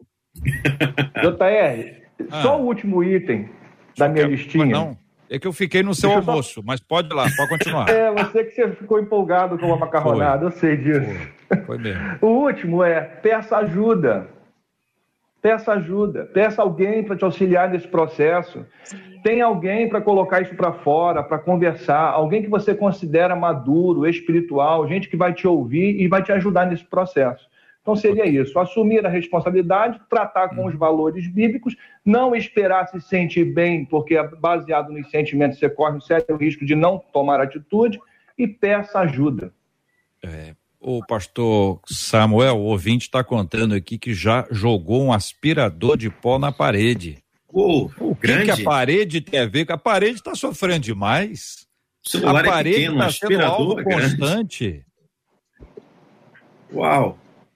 Speaker 4: JR, só o último item da minha listinha.
Speaker 2: Não, é que eu fiquei no seu almoço, mas pode ir lá, pode continuar.
Speaker 4: Você ficou empolgado com a macarronada, eu sei disso.
Speaker 2: Foi mesmo.
Speaker 4: O último peça ajuda. Peça ajuda, peça alguém para te auxiliar nesse processo. Tem alguém para colocar isso para fora, para conversar, alguém que você considera maduro, espiritual, gente que vai te ouvir e vai te ajudar nesse processo. Então seria isso, assumir a responsabilidade, tratar com os valores bíblicos, não esperar se sentir bem, porque baseado nos sentimentos você corre um sério risco de não tomar atitude, e peça ajuda.
Speaker 2: O pastor Samuel, o ouvinte, está contando aqui que já jogou um aspirador de pó na parede. O que a parede tem a ver? A parede está sofrendo demais.
Speaker 6: A parede está
Speaker 2: sendo alvo constante.
Speaker 6: Uau!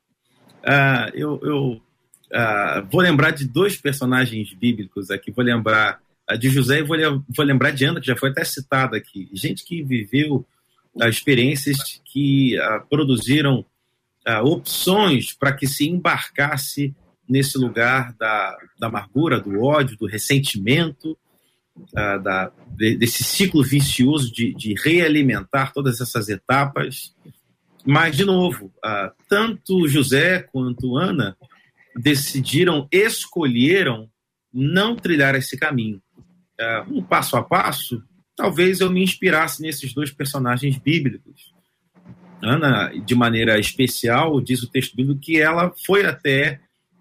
Speaker 6: Eu vou lembrar de dois personagens bíblicos aqui. Vou lembrar de José e vou lembrar de Ana, que já foi até citada aqui. Gente que viveu experiências que produziram opções para que se embarcasse nesse lugar da amargura, do ódio, do ressentimento, desse ciclo vicioso de realimentar todas essas etapas. Mas, de novo, tanto José quanto Ana escolheram não trilhar esse caminho. Um passo a passo, talvez eu me inspirasse nesses dois personagens bíblicos. Ana, de maneira especial, diz o texto bíblico que ela foi até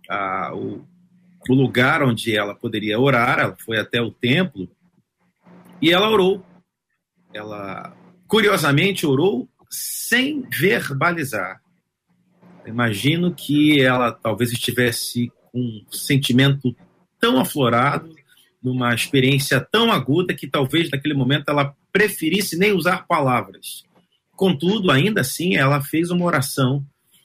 Speaker 6: o lugar onde ela poderia orar, ela foi até o templo e ela orou. Ela, curiosamente, orou sem verbalizar. Imagino que ela talvez estivesse com um sentimento tão aflorado, numa experiência tão aguda, que talvez naquele momento ela preferisse nem usar palavras. Contudo, ainda assim, ela fez uma oração.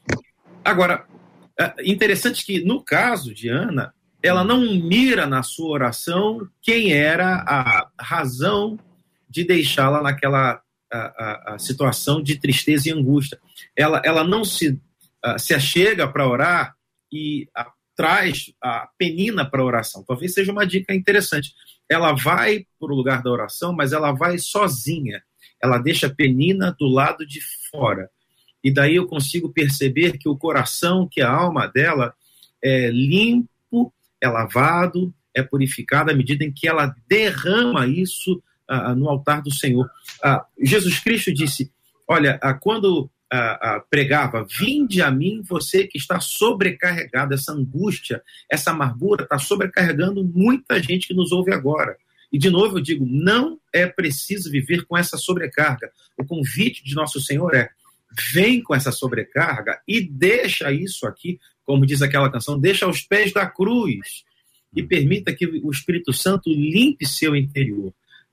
Speaker 6: Agora, interessante que no caso de Ana, ela não mira na sua oração quem era a razão de deixá-la naquela a situação de tristeza e angústia. Ela não se achega para orar e traz a penina para a oração. Talvez seja uma dica interessante. Ela vai para o lugar da oração, mas ela vai sozinha. Ela deixa a penina do lado de fora. E daí eu consigo perceber que o coração, que a alma dela é limpo, é lavado, é purificado à medida em que ela derrama isso no altar do Senhor. Jesus Cristo disse, olha, quando pregava, vinde a mim você que está sobrecarregado, essa angústia, essa amargura está sobrecarregando muita gente que nos ouve agora. E de novo eu digo, não é preciso viver com essa sobrecarga. O convite de nosso Senhor é, vem com essa sobrecarga e deixa isso aqui, como diz aquela canção, deixa aos pés da cruz e permita que o Espírito Santo limpe seu interior.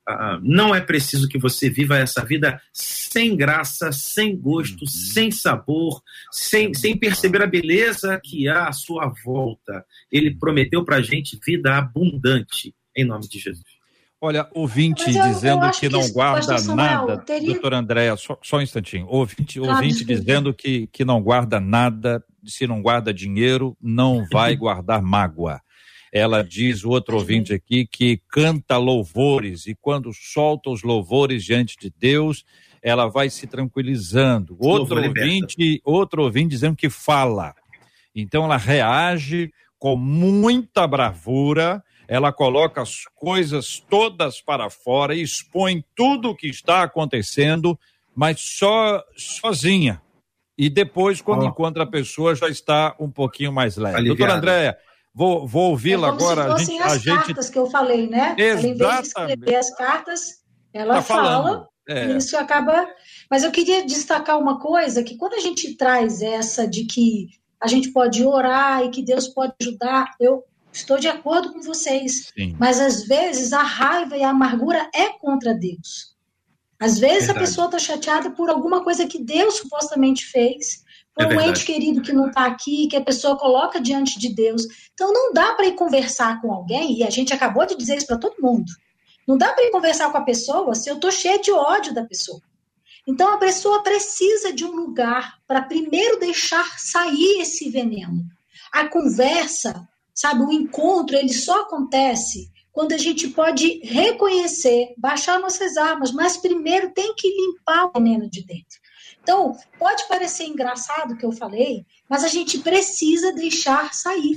Speaker 6: Não é preciso que você viva essa vida sem graça, sem gosto, sem sabor, sem perceber a beleza que há à sua volta. Ele prometeu para a gente vida abundante, em nome de Jesus.
Speaker 2: Olha, ouvinte dizendo que não guarda nada, doutora Andréa, só um instantinho, ouvinte dizendo que não guarda nada, se não guarda dinheiro, não vai guardar mágoa. Ela diz, o outro ouvinte aqui, que canta louvores e quando solta os louvores diante de Deus, ela vai se tranquilizando. Outro ouvinte dizendo que fala. Então ela reage com muita bravura, ela coloca as coisas todas para fora, expõe tudo o que está acontecendo, mas sozinha. E depois, quando encontra a pessoa, já está um pouquinho mais leve. Doutora Andréa, Vou ouvi-la agora.
Speaker 5: Se fossem as cartas que eu falei, né?
Speaker 2: Exatamente.
Speaker 5: Ela, em vez de escrever as cartas, ela fala. Isso acaba. Mas eu queria destacar uma coisa, que quando a gente traz essa de que a gente pode orar e que Deus pode ajudar, eu estou de acordo com vocês.
Speaker 2: Sim.
Speaker 5: Mas às vezes a raiva e a amargura é contra Deus. Às vezes a pessoa está chateada por alguma coisa que Deus supostamente fez, por um ente querido que não está aqui, que a pessoa coloca diante de Deus. Então não dá para ir conversar com alguém, e a gente acabou de dizer isso para todo mundo, não dá para ir conversar com a pessoa se eu estou cheia de ódio da pessoa. Então a pessoa precisa de um lugar para primeiro deixar sair esse veneno. A conversa, sabe, o encontro, ele só acontece quando a gente pode reconhecer, baixar nossas armas, mas primeiro tem que limpar o veneno de dentro. Então, pode parecer engraçado o que eu falei, mas a gente precisa deixar sair.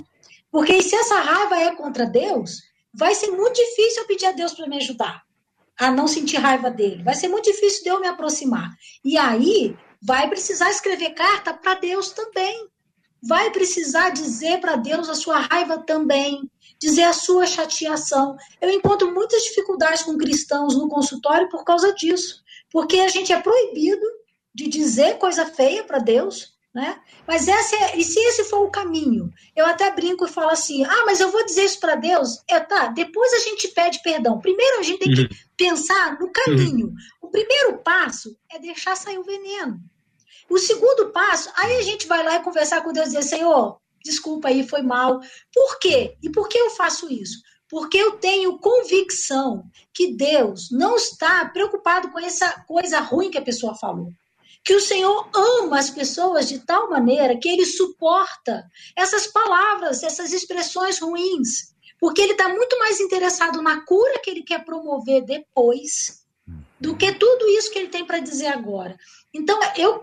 Speaker 5: Porque se essa raiva é contra Deus, vai ser muito difícil eu pedir a Deus para me ajudar a não sentir raiva dele. Vai ser muito difícil de eu me aproximar. E aí, vai precisar escrever carta para Deus também. Vai precisar dizer para Deus a sua raiva também, dizer a sua chateação. Eu encontro muitas dificuldades com cristãos no consultório por causa disso. Porque a gente é proibido de dizer coisa feia para Deus, né? Mas e se esse for o caminho? Eu até brinco e falo assim, mas eu vou dizer isso para Deus? Depois a gente pede perdão. Primeiro a gente tem que pensar no caminho. O primeiro passo é deixar sair o veneno. O segundo passo, aí a gente vai lá e conversar com Deus e dizer, Senhor, desculpa aí, foi mal. Por quê? E por que eu faço isso? Porque eu tenho convicção que Deus não está preocupado com essa coisa ruim que a pessoa falou. Que o Senhor ama as pessoas de tal maneira que Ele suporta essas palavras, essas expressões ruins. Porque Ele está muito mais interessado na cura que Ele quer promover depois do que tudo isso que Ele tem para dizer agora. Então, eu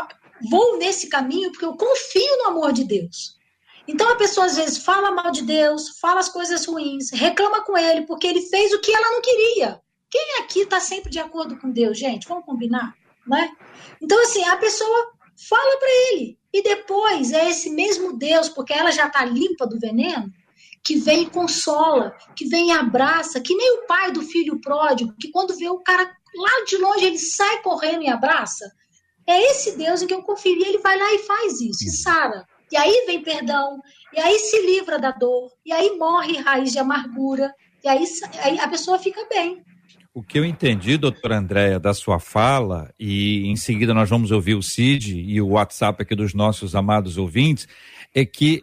Speaker 5: vou nesse caminho porque eu confio no amor de Deus. Então, a pessoa às vezes fala mal de Deus, fala as coisas ruins, reclama com Ele porque Ele fez o que ela não queria. Quem aqui está sempre de acordo com Deus, gente? Vamos combinar? Né? Então, assim, a pessoa fala para Ele. E depois é esse mesmo Deus, porque ela já está limpa do veneno, que vem e consola, que vem e abraça, que nem o pai do filho pródigo, que quando vê o cara lá de longe, ele sai correndo e abraça. É esse Deus em que eu confio. E Ele vai lá e faz isso, e sara. E aí vem perdão, e aí se livra da dor, e aí morre raiz de amargura, e aí a pessoa fica bem.
Speaker 2: O que eu entendi, doutora Andréia, da sua fala, e em seguida nós vamos ouvir o Cid e o WhatsApp aqui dos nossos amados ouvintes, é que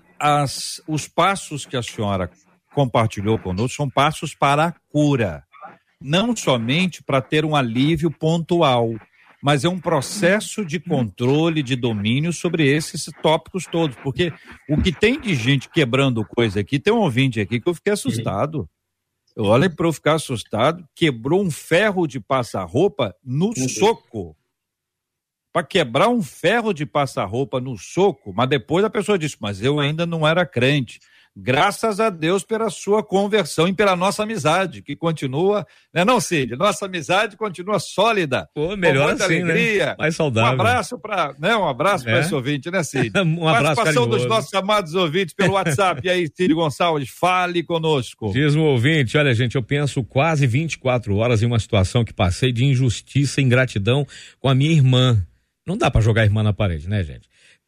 Speaker 2: os passos que a senhora compartilhou conosco são passos para a cura, não somente para ter um alívio pontual, mas é um processo de controle, de domínio sobre esses tópicos todos, porque o que tem de gente quebrando coisa aqui, tem um ouvinte aqui que eu fiquei assustado. Olha, para eu ficar assustado, quebrou um ferro de passar-roupa no soco. Para quebrar um ferro de passar-roupa no soco, mas depois a pessoa disse, mas eu ainda não era crente. Graças a Deus pela sua conversão e pela nossa amizade, que continua, né, não, Cid? Nossa amizade continua sólida.
Speaker 3: Pô, melhor
Speaker 2: com muita
Speaker 3: assim,
Speaker 2: alegria.
Speaker 3: Né? Mais saudável.
Speaker 2: Um abraço para esse ouvinte, né, Cid?
Speaker 3: Um abraço
Speaker 2: participação
Speaker 3: carinhoso
Speaker 2: dos nossos amados ouvintes pelo WhatsApp. E aí, Cid Gonçalves, fale conosco.
Speaker 3: Diz um ouvinte, olha, gente, eu penso quase 24 horas em uma situação que passei de injustiça e ingratidão com a minha irmã. Não dá para jogar a irmã na parede, né, gente?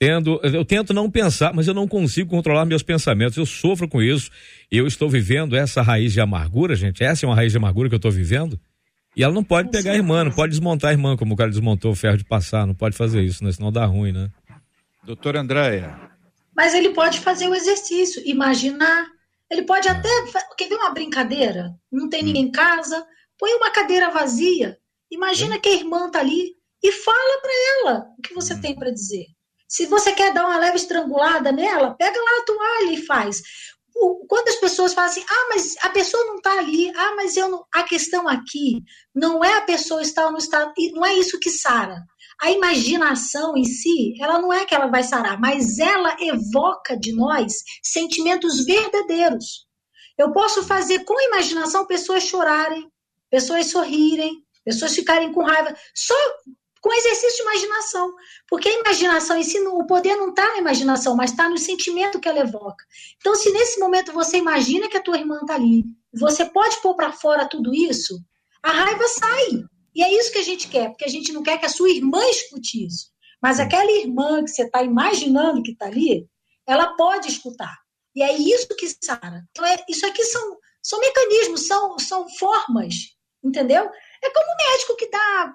Speaker 3: Eu tento não pensar, mas eu não consigo controlar meus pensamentos, eu sofro com isso, eu estou vivendo essa raiz de amargura, gente, essa é uma raiz de amargura que eu estou vivendo, e ela não pode pegar a irmã, não pode desmontar a irmã, como o cara desmontou o ferro de passar, não pode fazer isso, né? Senão dá ruim, né?
Speaker 2: Doutora Andréia.
Speaker 5: Mas ele pode fazer o exercício, imaginar, ele pode até, quer ver uma brincadeira? Não tem ninguém em casa, põe uma cadeira vazia, imagina que a irmã tá ali, e fala para ela o que você tem para dizer. Se você quer dar uma leve estrangulada nela, pega lá a toalha e faz. Quando as pessoas falam assim, mas a pessoa não está ali, mas eu não... A questão aqui não é a pessoa estar ou não estar, não é isso que sara. A imaginação em si, ela não é que ela vai sarar, mas ela evoca de nós sentimentos verdadeiros. Eu posso fazer com a imaginação pessoas chorarem, pessoas sorrirem, pessoas ficarem com raiva, só com exercício de imaginação, porque a imaginação em si, o poder não está na imaginação, mas está no sentimento que ela evoca. Então, se nesse momento você imagina que a tua irmã está ali, você pode pôr para fora tudo isso, a raiva sai. E é isso que a gente quer, porque a gente não quer que a sua irmã escute isso. Mas aquela irmã que você está imaginando que está ali, ela pode escutar. E é isso que sara. Então, isso aqui são mecanismos, são formas, entendeu? É como o médico que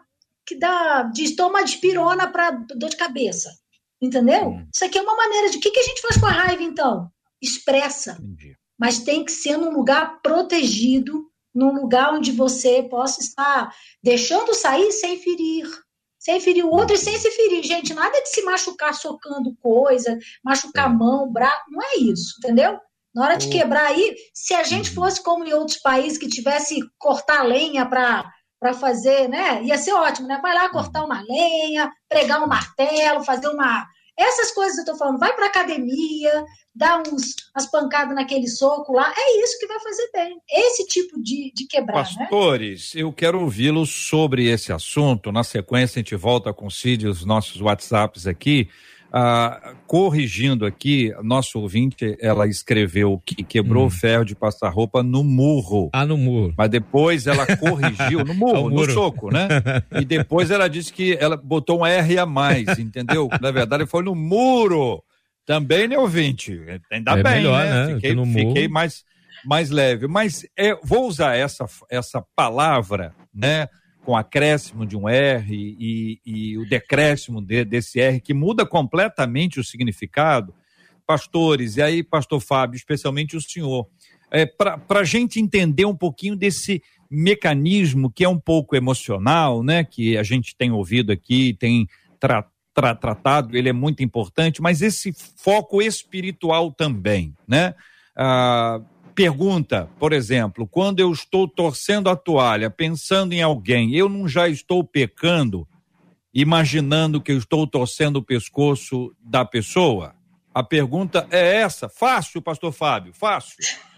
Speaker 5: toma dipirona para dor de cabeça, entendeu? Isso aqui é uma maneira de... O que a gente faz com a raiva, então? Expressa. Entendi. Mas tem que ser num lugar protegido, num lugar onde você possa estar deixando sair sem ferir o outro e sem se ferir. Gente, nada de se machucar socando coisa, machucar a mão, braço, não é isso, entendeu? Na hora de quebrar aí, se a gente fosse como em outros países que tivesse cortar lenha para fazer, né? Ia ser ótimo, né? Vai lá cortar uma lenha, pregar um martelo, fazer uma... Essas coisas eu estou falando, vai para academia, dá umas pancadas naquele soco lá, é isso que vai fazer bem. Esse tipo de quebrar,
Speaker 2: Pastores, eu quero ouvi-los sobre esse assunto. Na sequência, a gente volta com o Cid, os nossos WhatsApps aqui. Corrigindo aqui, nosso ouvinte, ela escreveu que quebrou o ferro de passar roupa no murro.
Speaker 3: No murro.
Speaker 2: Mas depois ela corrigiu, no murro, no soco, né? E depois ela disse que ela botou um R a mais, entendeu? Na verdade foi no muro. Também, né, ouvinte? Ainda bem,
Speaker 3: melhor,
Speaker 2: né? Fiquei mais leve. Mas vou usar essa palavra, né? Com acréscimo de um R e o decréscimo desse R, que muda completamente o significado. Pastores, e aí, pastor Fábio, especialmente o senhor, para a gente entender um pouquinho desse mecanismo que é um pouco emocional, né, que a gente tem ouvido aqui, tem tratado, ele é muito importante, mas esse foco espiritual também, né? Pergunta, por exemplo, quando eu estou torcendo a toalha, pensando em alguém, eu não já estou pecando, imaginando que eu estou torcendo o pescoço da pessoa? A pergunta é essa. Fácil, pastor Fábio, fácil.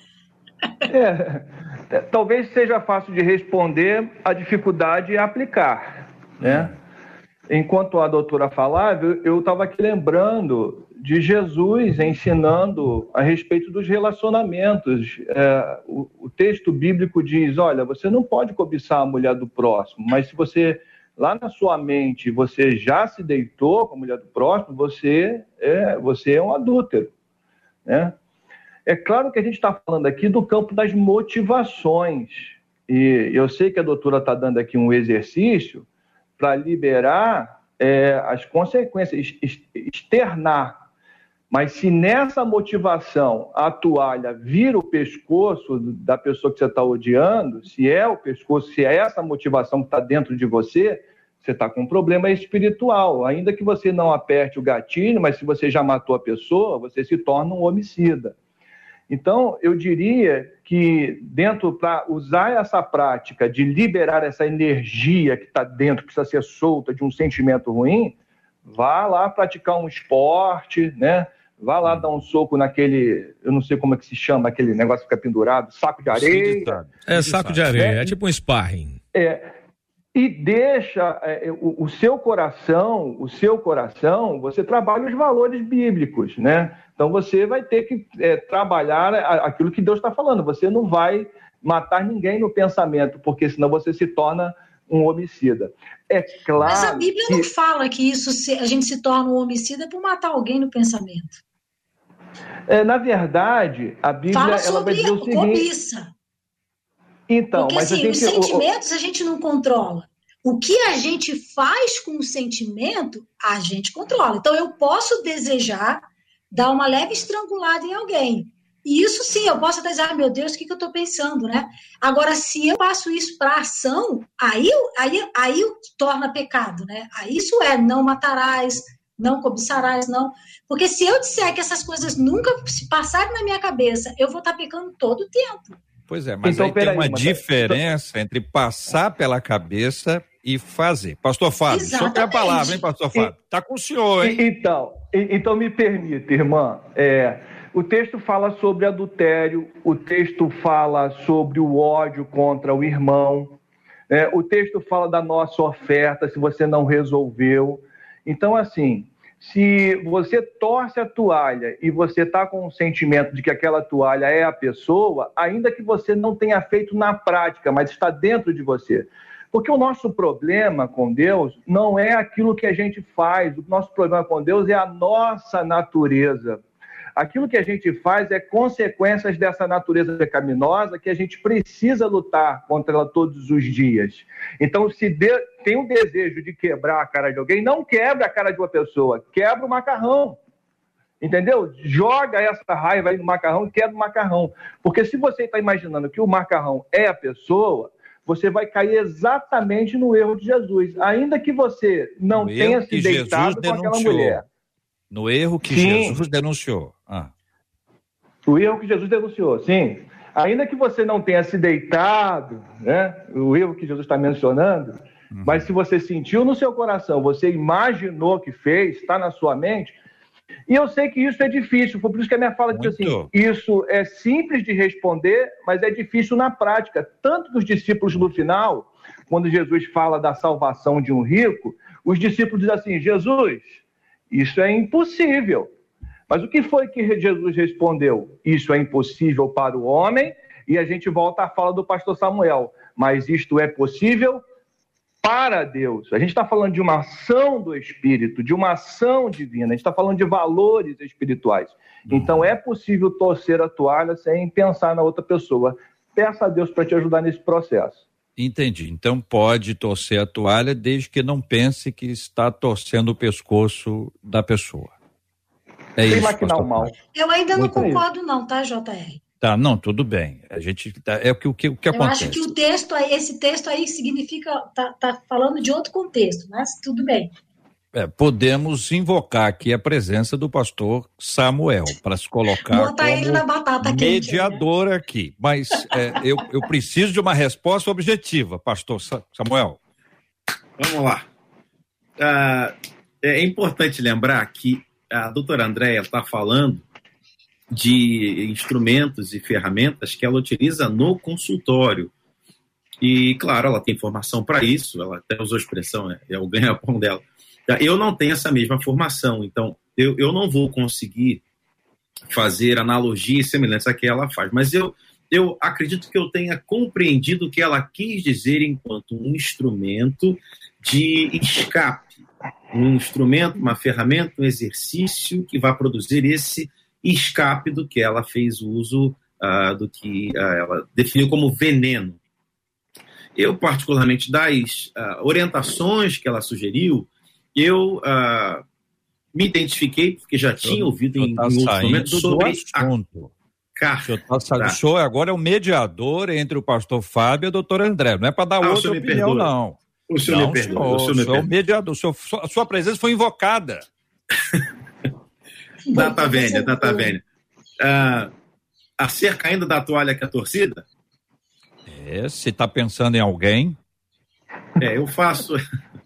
Speaker 4: Talvez seja fácil de responder, a dificuldade é aplicar, né? Enquanto a doutora falava, eu estava aqui lembrando de Jesus ensinando a respeito dos relacionamentos. O texto bíblico diz, olha, você não pode cobiçar a mulher do próximo, mas se você, lá na sua mente, você já se deitou com a mulher do próximo, você é um adúltero, né? É claro que a gente está falando aqui do campo das motivações, e eu sei que a doutora está dando aqui um exercício para liberar as consequências, externar. Mas se nessa motivação a toalha vira o pescoço da pessoa que você está odiando, se é o pescoço, se é essa motivação que está dentro de você, você está com um problema espiritual. Ainda que você não aperte o gatilho, mas se você já matou a pessoa, você se torna um homicida. Então, eu diria que para usar essa prática de liberar essa energia que está dentro, que precisa ser solta de um sentimento ruim, vá lá praticar um esporte, né? Vá lá dar um soco naquele, eu não sei como é que se chama, aquele negócio que fica pendurado, saco de areia.
Speaker 3: Saco de areia, é tipo um sparring.
Speaker 4: E deixa o seu coração, você trabalha os valores bíblicos, né? Então você vai ter que trabalhar aquilo que Deus está falando. Você não vai matar ninguém no pensamento, porque senão você se torna um homicida. É claro.
Speaker 5: Mas a Bíblia não fala que a gente se torna um homicida por matar alguém no pensamento.
Speaker 4: Na verdade, a Bíblia ela vai dizer o seguinte.
Speaker 5: Cobiça.
Speaker 4: Então,
Speaker 5: porque
Speaker 4: mas
Speaker 5: assim, os sentimentos a gente não controla. O que a gente faz com o sentimento, a gente controla. Então, eu posso desejar dar uma leve estrangulada em alguém. E isso sim, eu posso desejar, meu Deus, o que eu estou pensando, né? Agora, se eu passo isso para ação, aí torna pecado, né? Aí isso não matarás, não cobiçarás, não. Porque se eu disser que essas coisas nunca se passarem na minha cabeça, eu vou estar pecando todo o tempo.
Speaker 2: Pois é, mas então, aí tem uma diferença entre passar pela cabeça e fazer. Pastor Fábio, o senhor tem a palavra, hein, pastor Fábio? Está com o senhor, hein?
Speaker 4: Então me permita, irmã. O texto fala sobre adultério, o texto fala sobre o ódio contra o irmão, o texto fala da nossa oferta, se você não resolveu. Então, assim, se você torce a toalha e você está com o sentimento de que aquela toalha é a pessoa, ainda que você não tenha feito na prática, mas está dentro de você. Porque o nosso problema com Deus não é aquilo que a gente faz, o nosso problema com Deus é a nossa natureza. Aquilo que a gente faz é consequências dessa natureza pecaminosa que a gente precisa lutar contra ela todos os dias. Então, se tem um desejo de quebrar a cara de alguém, não quebra a cara de uma pessoa, quebra o macarrão. Entendeu? Joga essa raiva aí no macarrão e quebra o macarrão. Porque se você está imaginando que o macarrão é a pessoa, você vai cair exatamente no erro de Jesus. Ainda que você não tenha se deitado com aquela mulher.
Speaker 2: No erro que Jesus denunciou.
Speaker 4: O erro que Jesus denunciou, sim. Ainda que você não tenha se deitado, né? O erro que Jesus está mencionando, mas se você sentiu no seu coração, você imaginou que fez, está na sua mente, E eu sei que isso é difícil, foi por isso que a minha fala diz assim, isso é simples de responder, mas é difícil na prática. Tanto que os discípulos no final, quando Jesus fala da salvação de um rico, os discípulos dizem assim, Jesus, isso é impossível. Mas o que foi que Jesus respondeu? Isso é impossível para o homem, e a gente volta à fala do pastor Samuel, mas isto é possível para Deus. A gente está falando de uma ação do Espírito, de uma ação divina, a gente está falando de valores espirituais. Então é possível torcer a toalha sem pensar na outra pessoa. Peça a Deus para te ajudar nesse processo.
Speaker 2: Entendi. Então pode torcer a toalha desde que não pense que está torcendo o pescoço da pessoa. É
Speaker 4: sem
Speaker 2: isso.
Speaker 4: maquinar o mal.
Speaker 5: Eu ainda não concordo não, tá, JR?
Speaker 2: Tá, não, tudo bem. A gente é o que acontece.
Speaker 5: Eu acho que o texto, esse texto aí significa, tá falando de outro contexto, mas tudo bem.
Speaker 2: Podemos invocar aqui a presença do pastor Samuel para se colocar
Speaker 5: botar ele na batata
Speaker 2: como
Speaker 5: quente,
Speaker 2: mediador, né? Aqui. Mas eu preciso de uma resposta objetiva, pastor Samuel.
Speaker 6: Vamos lá. É importante lembrar que a doutora Andréia está falando de instrumentos e ferramentas que ela utiliza no consultório. E, claro, ela tem formação para isso, ela até usou a expressão, é o ganha-pão dela. Eu não tenho essa mesma formação, então eu não vou conseguir fazer analogias semelhantes à que ela faz, mas eu acredito que eu tenha compreendido o que ela quis dizer enquanto um instrumento de escape, um instrumento, uma ferramenta, um exercício que vai produzir esse escape do que ela fez uso, do que ela definiu como veneno. Eu, particularmente, das orientações que ela sugeriu, eu me identifiquei, porque já tinha ouvido em outros momentos sobre
Speaker 2: assunto.
Speaker 6: O
Speaker 2: senhor agora é o mediador entre o pastor Fábio e a doutora André, não é para dar outra opinião, não.
Speaker 6: O senhor me perdoa.
Speaker 2: O senhor é o mediador, a sua presença foi invocada.
Speaker 6: Data vênia. Acerca ainda da toalha que a torcida?
Speaker 2: Se está pensando em alguém.
Speaker 6: Eu faço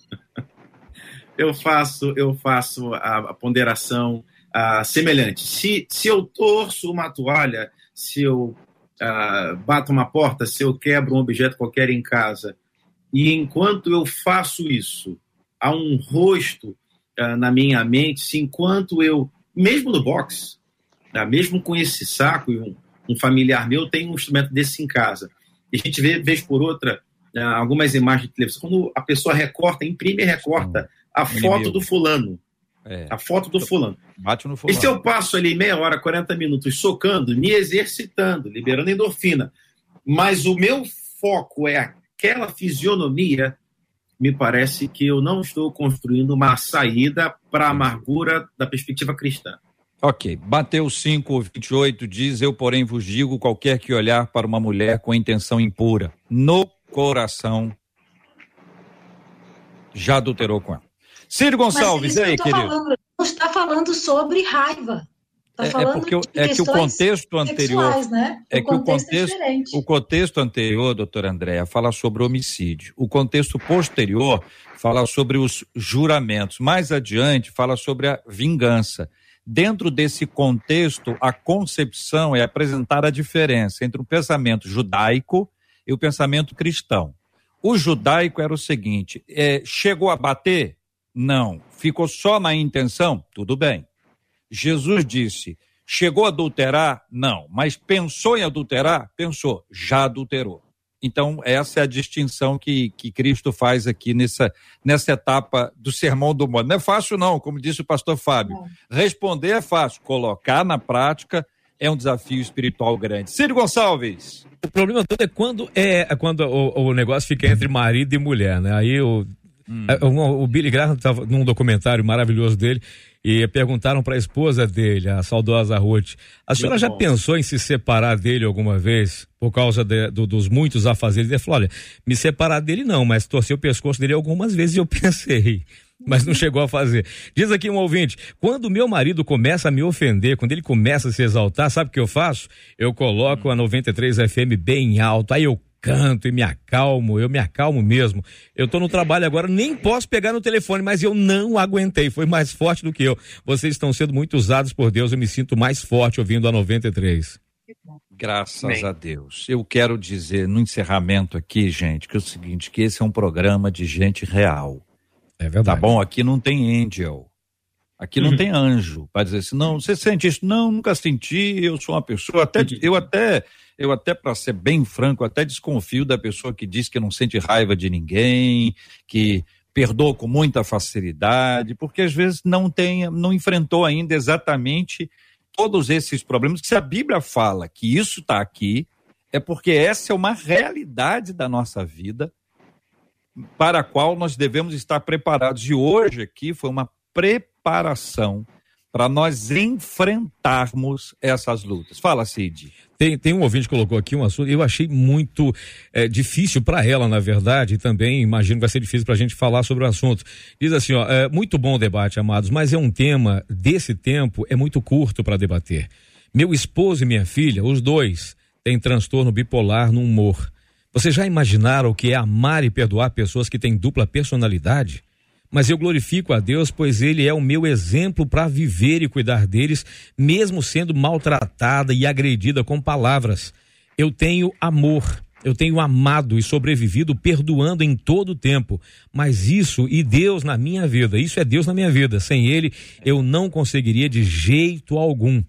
Speaker 6: a ponderação semelhante. Se eu torço uma toalha, se eu bato uma porta, se eu quebro um objeto qualquer em casa, e enquanto eu faço isso, há um rosto na minha mente, se enquanto eu, mesmo no boxe, mesmo com esse saco, e um familiar meu tem um instrumento desse em casa, e a gente vê, vez por outra, algumas imagens de televisão, quando a pessoa imprime e recorta a foto do fulano. A foto do fulano.
Speaker 2: Bate no fulano.
Speaker 6: E se eu passo ali meia hora, 40 minutos socando, me exercitando, liberando endorfina, mas o meu foco é aquela fisionomia, me parece que eu não estou construindo uma saída para a amargura da perspectiva cristã.
Speaker 2: Ok. Mateus 5:28 diz, eu porém vos digo, qualquer que olhar para uma mulher com intenção impura, no coração, já adulterou com ela. Ciro Gonçalves, e aí, querido?
Speaker 5: Não está falando sobre raiva. Está falando
Speaker 2: que o contexto anterior,
Speaker 5: sexuais, né?
Speaker 2: O contexto anterior, doutora Andréa, fala sobre homicídio. O contexto posterior fala sobre os juramentos. Mais adiante, fala sobre a vingança. Dentro desse contexto, a concepção é apresentar a diferença entre o pensamento judaico e o pensamento cristão. O judaico era o seguinte, chegou a bater? Não. Ficou só na intenção? Tudo bem. Jesus disse, chegou a adulterar? Não. Mas pensou em adulterar? Pensou. Já adulterou. Então, essa é a distinção que Cristo faz aqui nessa etapa do Sermão do Monte. Não é fácil não, como disse o pastor Fábio. Responder é fácil, colocar na prática é um desafio espiritual grande. Ciro Gonçalves.
Speaker 3: O problema todo é quando o negócio fica entre marido e mulher, né? Aí o Billy Graham estava num documentário maravilhoso dele e perguntaram para a esposa dele, a saudosa Ruth, a senhora já pensou em se separar dele alguma vez por causa dos muitos afazeres? Ele falou, olha, me separar dele não, mas torcer o pescoço dele algumas vezes eu pensei, mas não chegou a fazer. Diz aqui um ouvinte, quando meu marido começa a me ofender, quando ele começa a se exaltar, sabe o que eu faço? Eu coloco a 93 FM bem alto, aí eu canto e me acalmo, eu me acalmo mesmo. Eu tô no trabalho agora, nem posso pegar no telefone, mas eu não aguentei, foi mais forte do que eu. Vocês estão sendo muito usados por Deus, eu me sinto mais forte ouvindo a 93.
Speaker 2: Graças a Deus. Eu quero dizer no encerramento aqui, gente, que é o seguinte, que esse é um programa de gente real.
Speaker 3: É verdade.
Speaker 2: Tá bom? Aqui não tem angel. Aqui não tem anjo. Vai dizer assim, não, você sente isso? Não, nunca senti, eu sou uma pessoa, eu até para ser bem franco, até desconfio da pessoa que diz que não sente raiva de ninguém, que perdoa com muita facilidade, porque às vezes não enfrentou ainda exatamente todos esses problemas. Se a Bíblia fala que isso está aqui, é porque essa é uma realidade da nossa vida para a qual nós devemos estar preparados. E hoje aqui foi uma preparação para nós enfrentarmos essas lutas. Fala, Cid.
Speaker 3: Tem um ouvinte que colocou aqui um assunto, eu achei muito difícil para ela, na verdade, e também imagino que vai ser difícil para a gente falar sobre o assunto. Diz assim, muito bom o debate, amados, mas é um tema desse tempo, é muito curto para debater. Meu esposo e minha filha, os dois, têm transtorno bipolar no humor. Vocês já imaginaram o que é amar e perdoar pessoas que têm dupla personalidade? Mas eu glorifico a Deus, pois Ele é o meu exemplo para viver e cuidar deles, mesmo sendo maltratada e agredida com palavras. Eu tenho amor, eu tenho amado e sobrevivido perdoando em todo o tempo, mas isso e Deus na minha vida, isso é Deus na minha vida, sem Ele eu não conseguiria de jeito algum.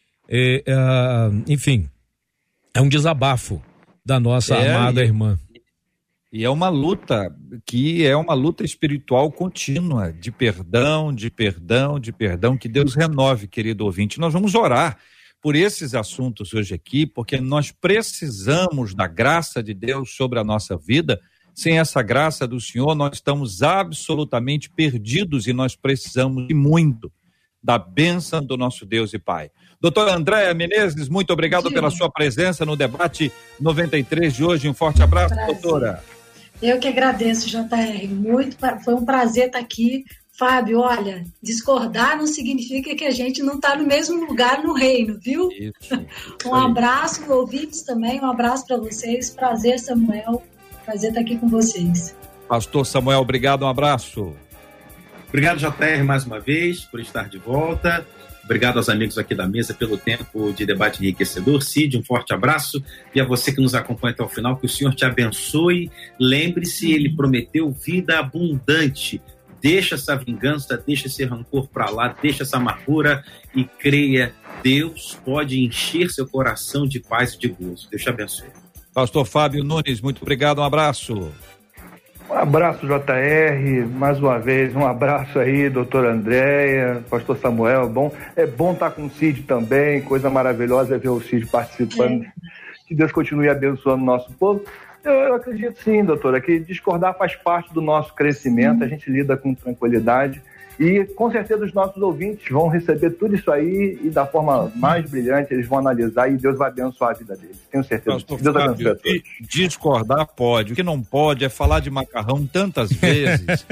Speaker 3: Enfim, é um desabafo da nossa amada irmã.
Speaker 2: E é uma luta espiritual contínua, de perdão, que Deus renove, querido ouvinte. Nós vamos orar por esses assuntos hoje aqui, porque nós precisamos da graça de Deus sobre a nossa vida. Sem essa graça do Senhor, nós estamos absolutamente perdidos e nós precisamos de muito da bênção do nosso Deus e Pai. Doutora Andréa Menezes, muito obrigado pela sua presença no debate 93 de hoje. Um forte abraço, doutora.
Speaker 5: Eu que agradeço, JR. Foi um prazer estar aqui. Fábio, olha, discordar não significa que a gente não está no mesmo lugar no reino, viu? Isso. Um abraço, ouvintes também, um abraço para vocês. Prazer, Samuel. Prazer estar aqui com vocês.
Speaker 2: Pastor Samuel, obrigado, um abraço.
Speaker 6: Obrigado, JR, mais uma vez, por estar de volta. Obrigado aos amigos aqui da mesa pelo tempo de debate enriquecedor. Cid, um forte abraço. E a você que nos acompanha até o final, que o Senhor te abençoe. Lembre-se, Ele prometeu vida abundante. Deixa essa vingança, deixa esse rancor para lá, deixa essa amargura e creia, Deus pode encher seu coração de paz e de gozo. Deus te abençoe.
Speaker 2: Pastor Fábio Nunes, muito obrigado, um abraço.
Speaker 4: Um abraço, JR, mais uma vez, um abraço aí, doutora Andréia, pastor Samuel, é bom estar com o Cid também, coisa maravilhosa é ver o Cid participando, que Deus continue abençoando o nosso povo. Eu acredito sim, doutora, que discordar faz parte do nosso crescimento, a gente lida com tranquilidade e com certeza os nossos ouvintes vão receber tudo isso aí e da forma mais brilhante eles vão analisar e Deus vai abençoar a vida deles, tenho certeza. Deus abençoe a todos.
Speaker 2: Discordar pode, o que não pode é falar de macarrão tantas vezes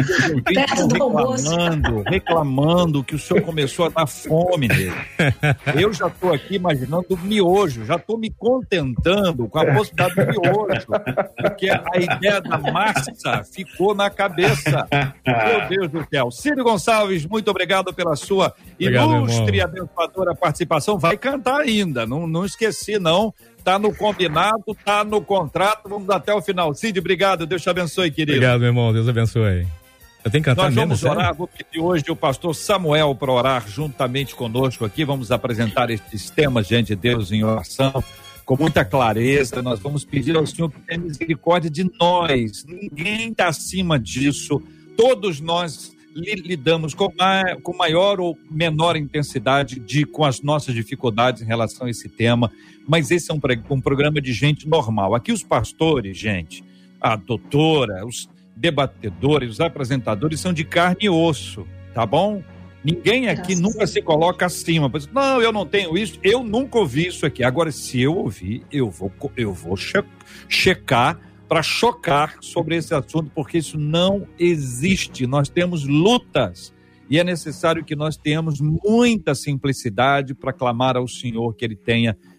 Speaker 2: reclamando que o senhor começou a dar fome nele. Eu já estou aqui imaginando o miojo, já estou me contentando com a possibilidade do miojo, porque a ideia da massa ficou na cabeça. Meu Deus do céu. Círio Gonçalves, muito obrigado pela sua ilustre e abençoadora participação. Vai cantar ainda, não esqueci não. Tá no combinado, tá no contrato, vamos até o final. Cid, obrigado, Deus te abençoe, querido.
Speaker 3: Obrigado, meu irmão, Deus abençoe. Eu tenho que cantar mesmo,
Speaker 2: Nós vamos orar, vou pedir hoje o pastor Samuel para orar juntamente conosco aqui, vamos apresentar esses temas diante de Deus em oração, com muita clareza. Nós vamos pedir ao Senhor que tenha misericórdia de nós, ninguém está acima disso, todos nós lidamos com maior ou menor intensidade com as nossas dificuldades em relação a esse tema, mas esse é um programa de gente normal. Aqui os pastores, gente, a doutora, os debatedores, os apresentadores são de carne e osso, tá bom? Ninguém aqui nunca se coloca acima. Não, eu não tenho isso, eu nunca ouvi isso aqui. Agora, se eu ouvir, eu vou checar para chocar sobre esse assunto, porque isso não existe. Nós temos lutas e é necessário que nós tenhamos muita simplicidade para clamar ao Senhor que Ele tenha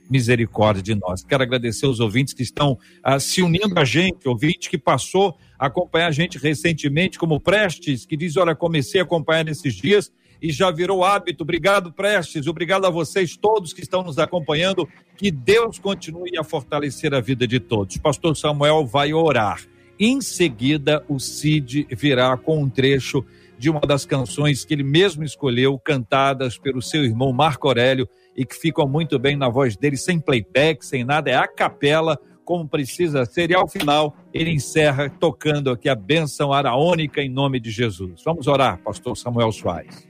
Speaker 2: misericórdia de nós. Quero agradecer os ouvintes que estão se unindo a gente, ouvinte que passou a acompanhar a gente recentemente, como Prestes, que diz, olha, comecei a acompanhar nesses dias e já virou hábito. Obrigado, Prestes, obrigado a vocês todos que estão nos acompanhando, que Deus continue a fortalecer a vida de todos. Pastor Samuel vai orar. Em seguida, o Cid virá com um trecho de uma das canções que ele mesmo escolheu, cantadas pelo seu irmão Marco Aurélio, e que ficam muito bem na voz dele, sem playback, sem nada, é a capela, como precisa ser, e ao final ele encerra tocando aqui a bênção araônica em nome de Jesus. Vamos orar, pastor Samuel Soares.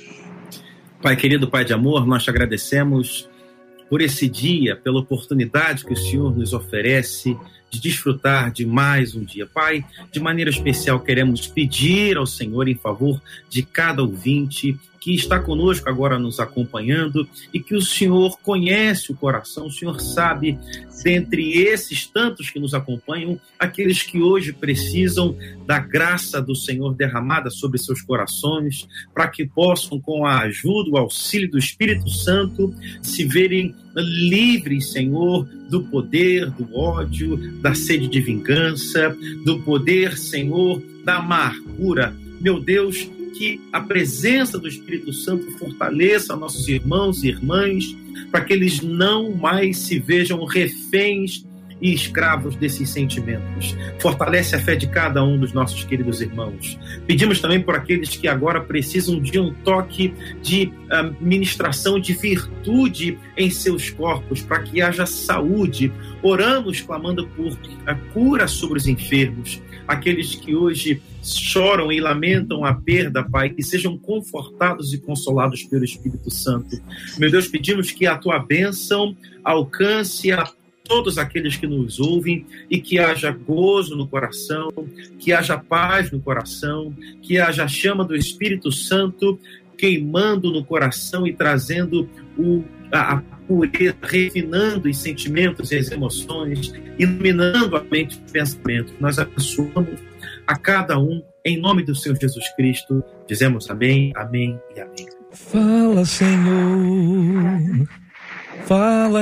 Speaker 6: Pai querido, Pai de amor, nós te agradecemos por esse dia, pela oportunidade que o Senhor nos oferece de desfrutar de mais um dia. Pai, de maneira especial queremos pedir ao Senhor em favor de cada ouvinte que está conosco agora nos acompanhando e que o Senhor conhece o coração, o Senhor sabe, dentre esses tantos que nos acompanham, aqueles que hoje precisam da graça do Senhor derramada sobre seus corações, para que possam, com a ajuda, o auxílio do Espírito Santo, se verem livres, Senhor, do poder, do ódio, da sede de vingança, do poder, Senhor, da amargura. Meu Deus, que a presença do Espírito Santo fortaleça nossos irmãos e irmãs, para que eles não mais se vejam reféns e escravos desses sentimentos. Fortalece a fé de cada um dos nossos queridos irmãos. Pedimos também por aqueles que agora precisam de um toque de ministração de virtude em seus corpos, para que haja saúde. Oramos clamando por a cura sobre os enfermos, aqueles que hoje choram e lamentam a perda, Pai, que sejam confortados e consolados pelo Espírito Santo. Meu Deus, pedimos que a tua bênção alcance a todos aqueles que nos ouvem e que haja gozo no coração, que haja paz no coração, que haja a chama do Espírito Santo queimando no coração e trazendo a pureza, refinando os sentimentos e as emoções, iluminando a mente e o pensamento. Nós abençoamos a cada um em nome do Senhor Jesus Cristo. Dizemos amém, amém e amém.
Speaker 3: Fala, Senhor. Fala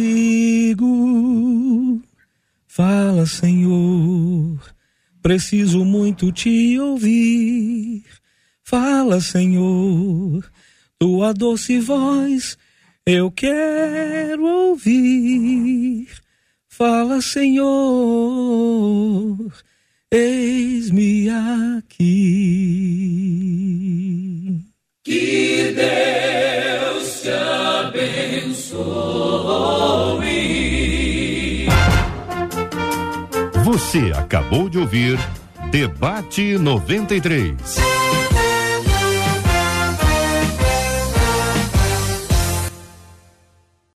Speaker 3: comigo, fala, Senhor, preciso muito te ouvir. Fala, Senhor, tua doce voz eu quero ouvir. Fala, Senhor, eis-me aqui. Que Deus te abençoe.
Speaker 1: Você acabou de ouvir Debate 93.